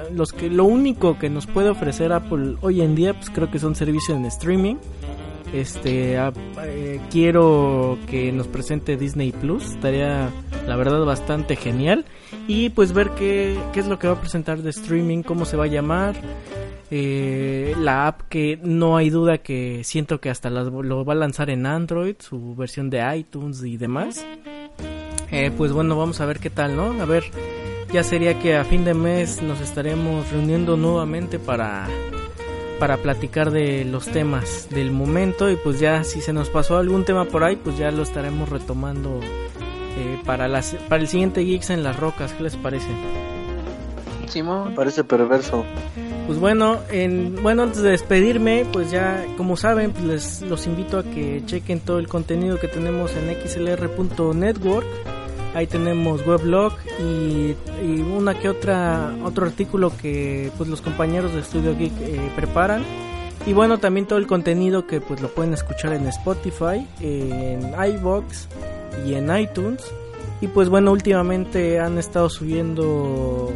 puede ofrecer Apple hoy en día, pues creo que son servicios en streaming. Quiero que nos presente Disney Plus, estaría la verdad bastante genial, y pues ver qué es lo que va a presentar de streaming, cómo se va a llamar, la app que no hay duda que siento que hasta lo va a lanzar en Android, su versión de iTunes y demás. Pues bueno, vamos a ver qué tal, ¿no? A ver, ya sería que a fin de mes nos estaremos reuniendo nuevamente para platicar de los temas del momento, y pues ya si se nos pasó algún tema por ahí, pues ya lo estaremos retomando para el siguiente Geeks en las Rocas. ¿Qué les parece? Simón, me parece perverso. Pues bueno, antes de despedirme, pues ya como saben, pues los invito a que chequen todo el contenido que tenemos en xlr.network. Ahí tenemos weblog y una que otro artículo que pues los compañeros de Studio Geek preparan. Y bueno, también todo el contenido que pues lo pueden escuchar en Spotify, en iVoox y en iTunes. Y pues bueno, últimamente han estado subiendo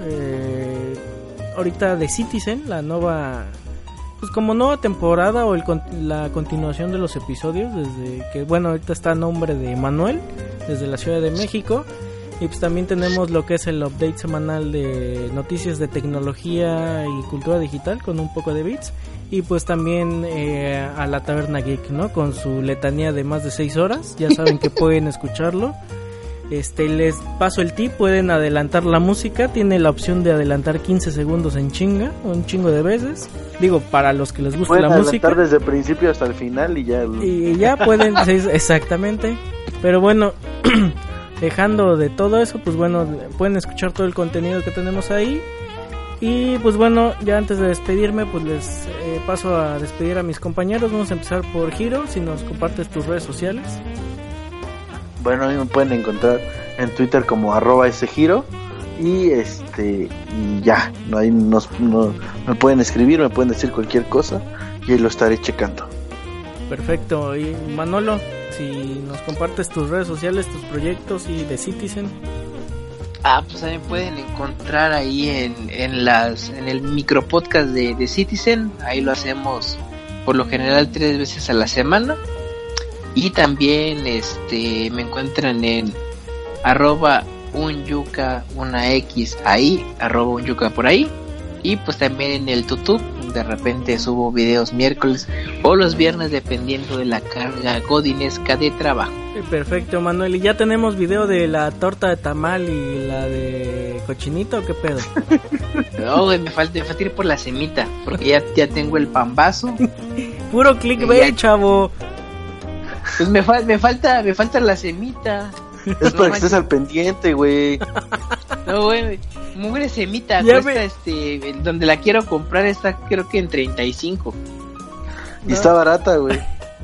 ahorita The Citizen, la nueva, pues como nueva temporada o la continuación de los episodios, desde que bueno, ahorita está a nombre de Manuel, desde la Ciudad de México. Y pues también tenemos lo que es el update semanal de noticias de tecnología y cultura digital con un poco de bits. Y pues también a la Taberna Geek, ¿no? Con su letanía de más de 6 horas. Ya saben que pueden escucharlo. Les paso el tip, pueden adelantar la música. Tiene la opción de adelantar 15 segundos en chinga, un chingo de veces. Digo, para los que les gusta la música. Pueden adelantar desde el principio hasta el final y ya. Y ya pueden, sí, exactamente. Pero bueno, dejando de todo eso, pues bueno, pueden escuchar todo el contenido que tenemos ahí. Y pues bueno, ya antes de despedirme, pues les paso a despedir a mis compañeros. Vamos a empezar por Hiro, si nos compartes tus redes sociales. Bueno, a mí me pueden encontrar en Twitter como @esegiro y y ya, ahí me pueden escribir, me pueden decir cualquier cosa y ahí lo estaré checando. Perfecto. Y Manolo, si nos compartes tus redes sociales, tus proyectos y de Citizen. Pues también pueden encontrar ahí en el micropodcast de Citizen. Ahí lo hacemos por lo general 3 veces a la semana. Y también me encuentran en @unyuka, una X ahí, @unyuka por ahí. Y pues también en el YouTube, de repente subo videos miércoles o los viernes dependiendo de la carga godinesca de trabajo. Perfecto, Manuel. ¿Y ya tenemos video de la torta de tamal y la de cochinito o qué pedo? No, güey, me falta ir por la semita, porque ya tengo el pambazo. Puro clickbait, chavo. Pues me falta la semita. Es para que estés al pendiente, güey. No, güey, mugre semita, cuesta donde la quiero comprar está creo que en 35. Y está barata, güey.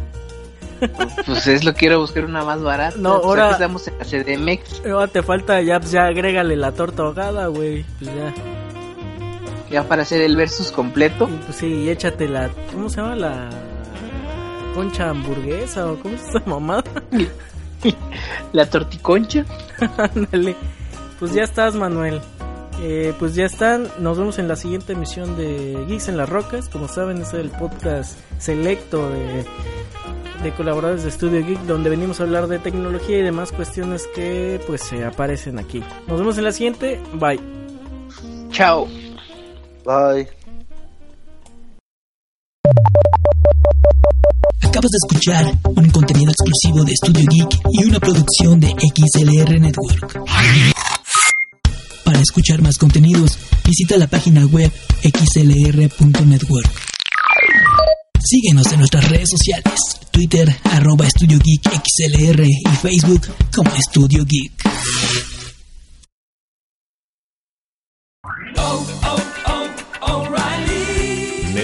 Pues quiero buscar una más barata. No, ahora pues estamos en la CDMX. Ahora te falta ya agrégale la torta ahogada, güey. Pues ya para hacer el versus completo. Pues sí, échate ¿cómo se llama? La concha hamburguesa, o ¿cómo es esa mamada? La torticoncha. Ándale. Pues ya estás, Manuel. Pues ya están. Nos vemos en la siguiente emisión de Geeks en las Rocas. Como saben, es el podcast selecto de colaboradores de Studio Geek, donde venimos a hablar de tecnología y demás cuestiones que pues se aparecen aquí. Nos vemos en la siguiente. Bye. Chao. Bye. Acabas de escuchar un contenido exclusivo de Studio Geek y una producción de XLR Network. Para escuchar más contenidos, visita la página web xlr.network. Síguenos en nuestras redes sociales, Twitter @Studio Geek XLR y Facebook como Studio Geek.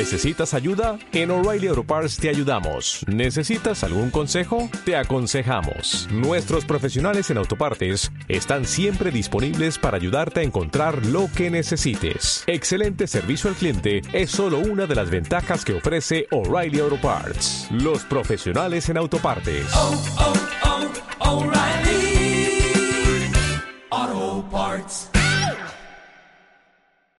¿Necesitas ayuda? En O'Reilly Auto Parts te ayudamos. ¿Necesitas algún consejo? Te aconsejamos. Nuestros profesionales en autopartes están siempre disponibles para ayudarte a encontrar lo que necesites. Excelente servicio al cliente es solo una de las ventajas que ofrece O'Reilly Auto Parts. Los profesionales en autopartes. O'Reilly.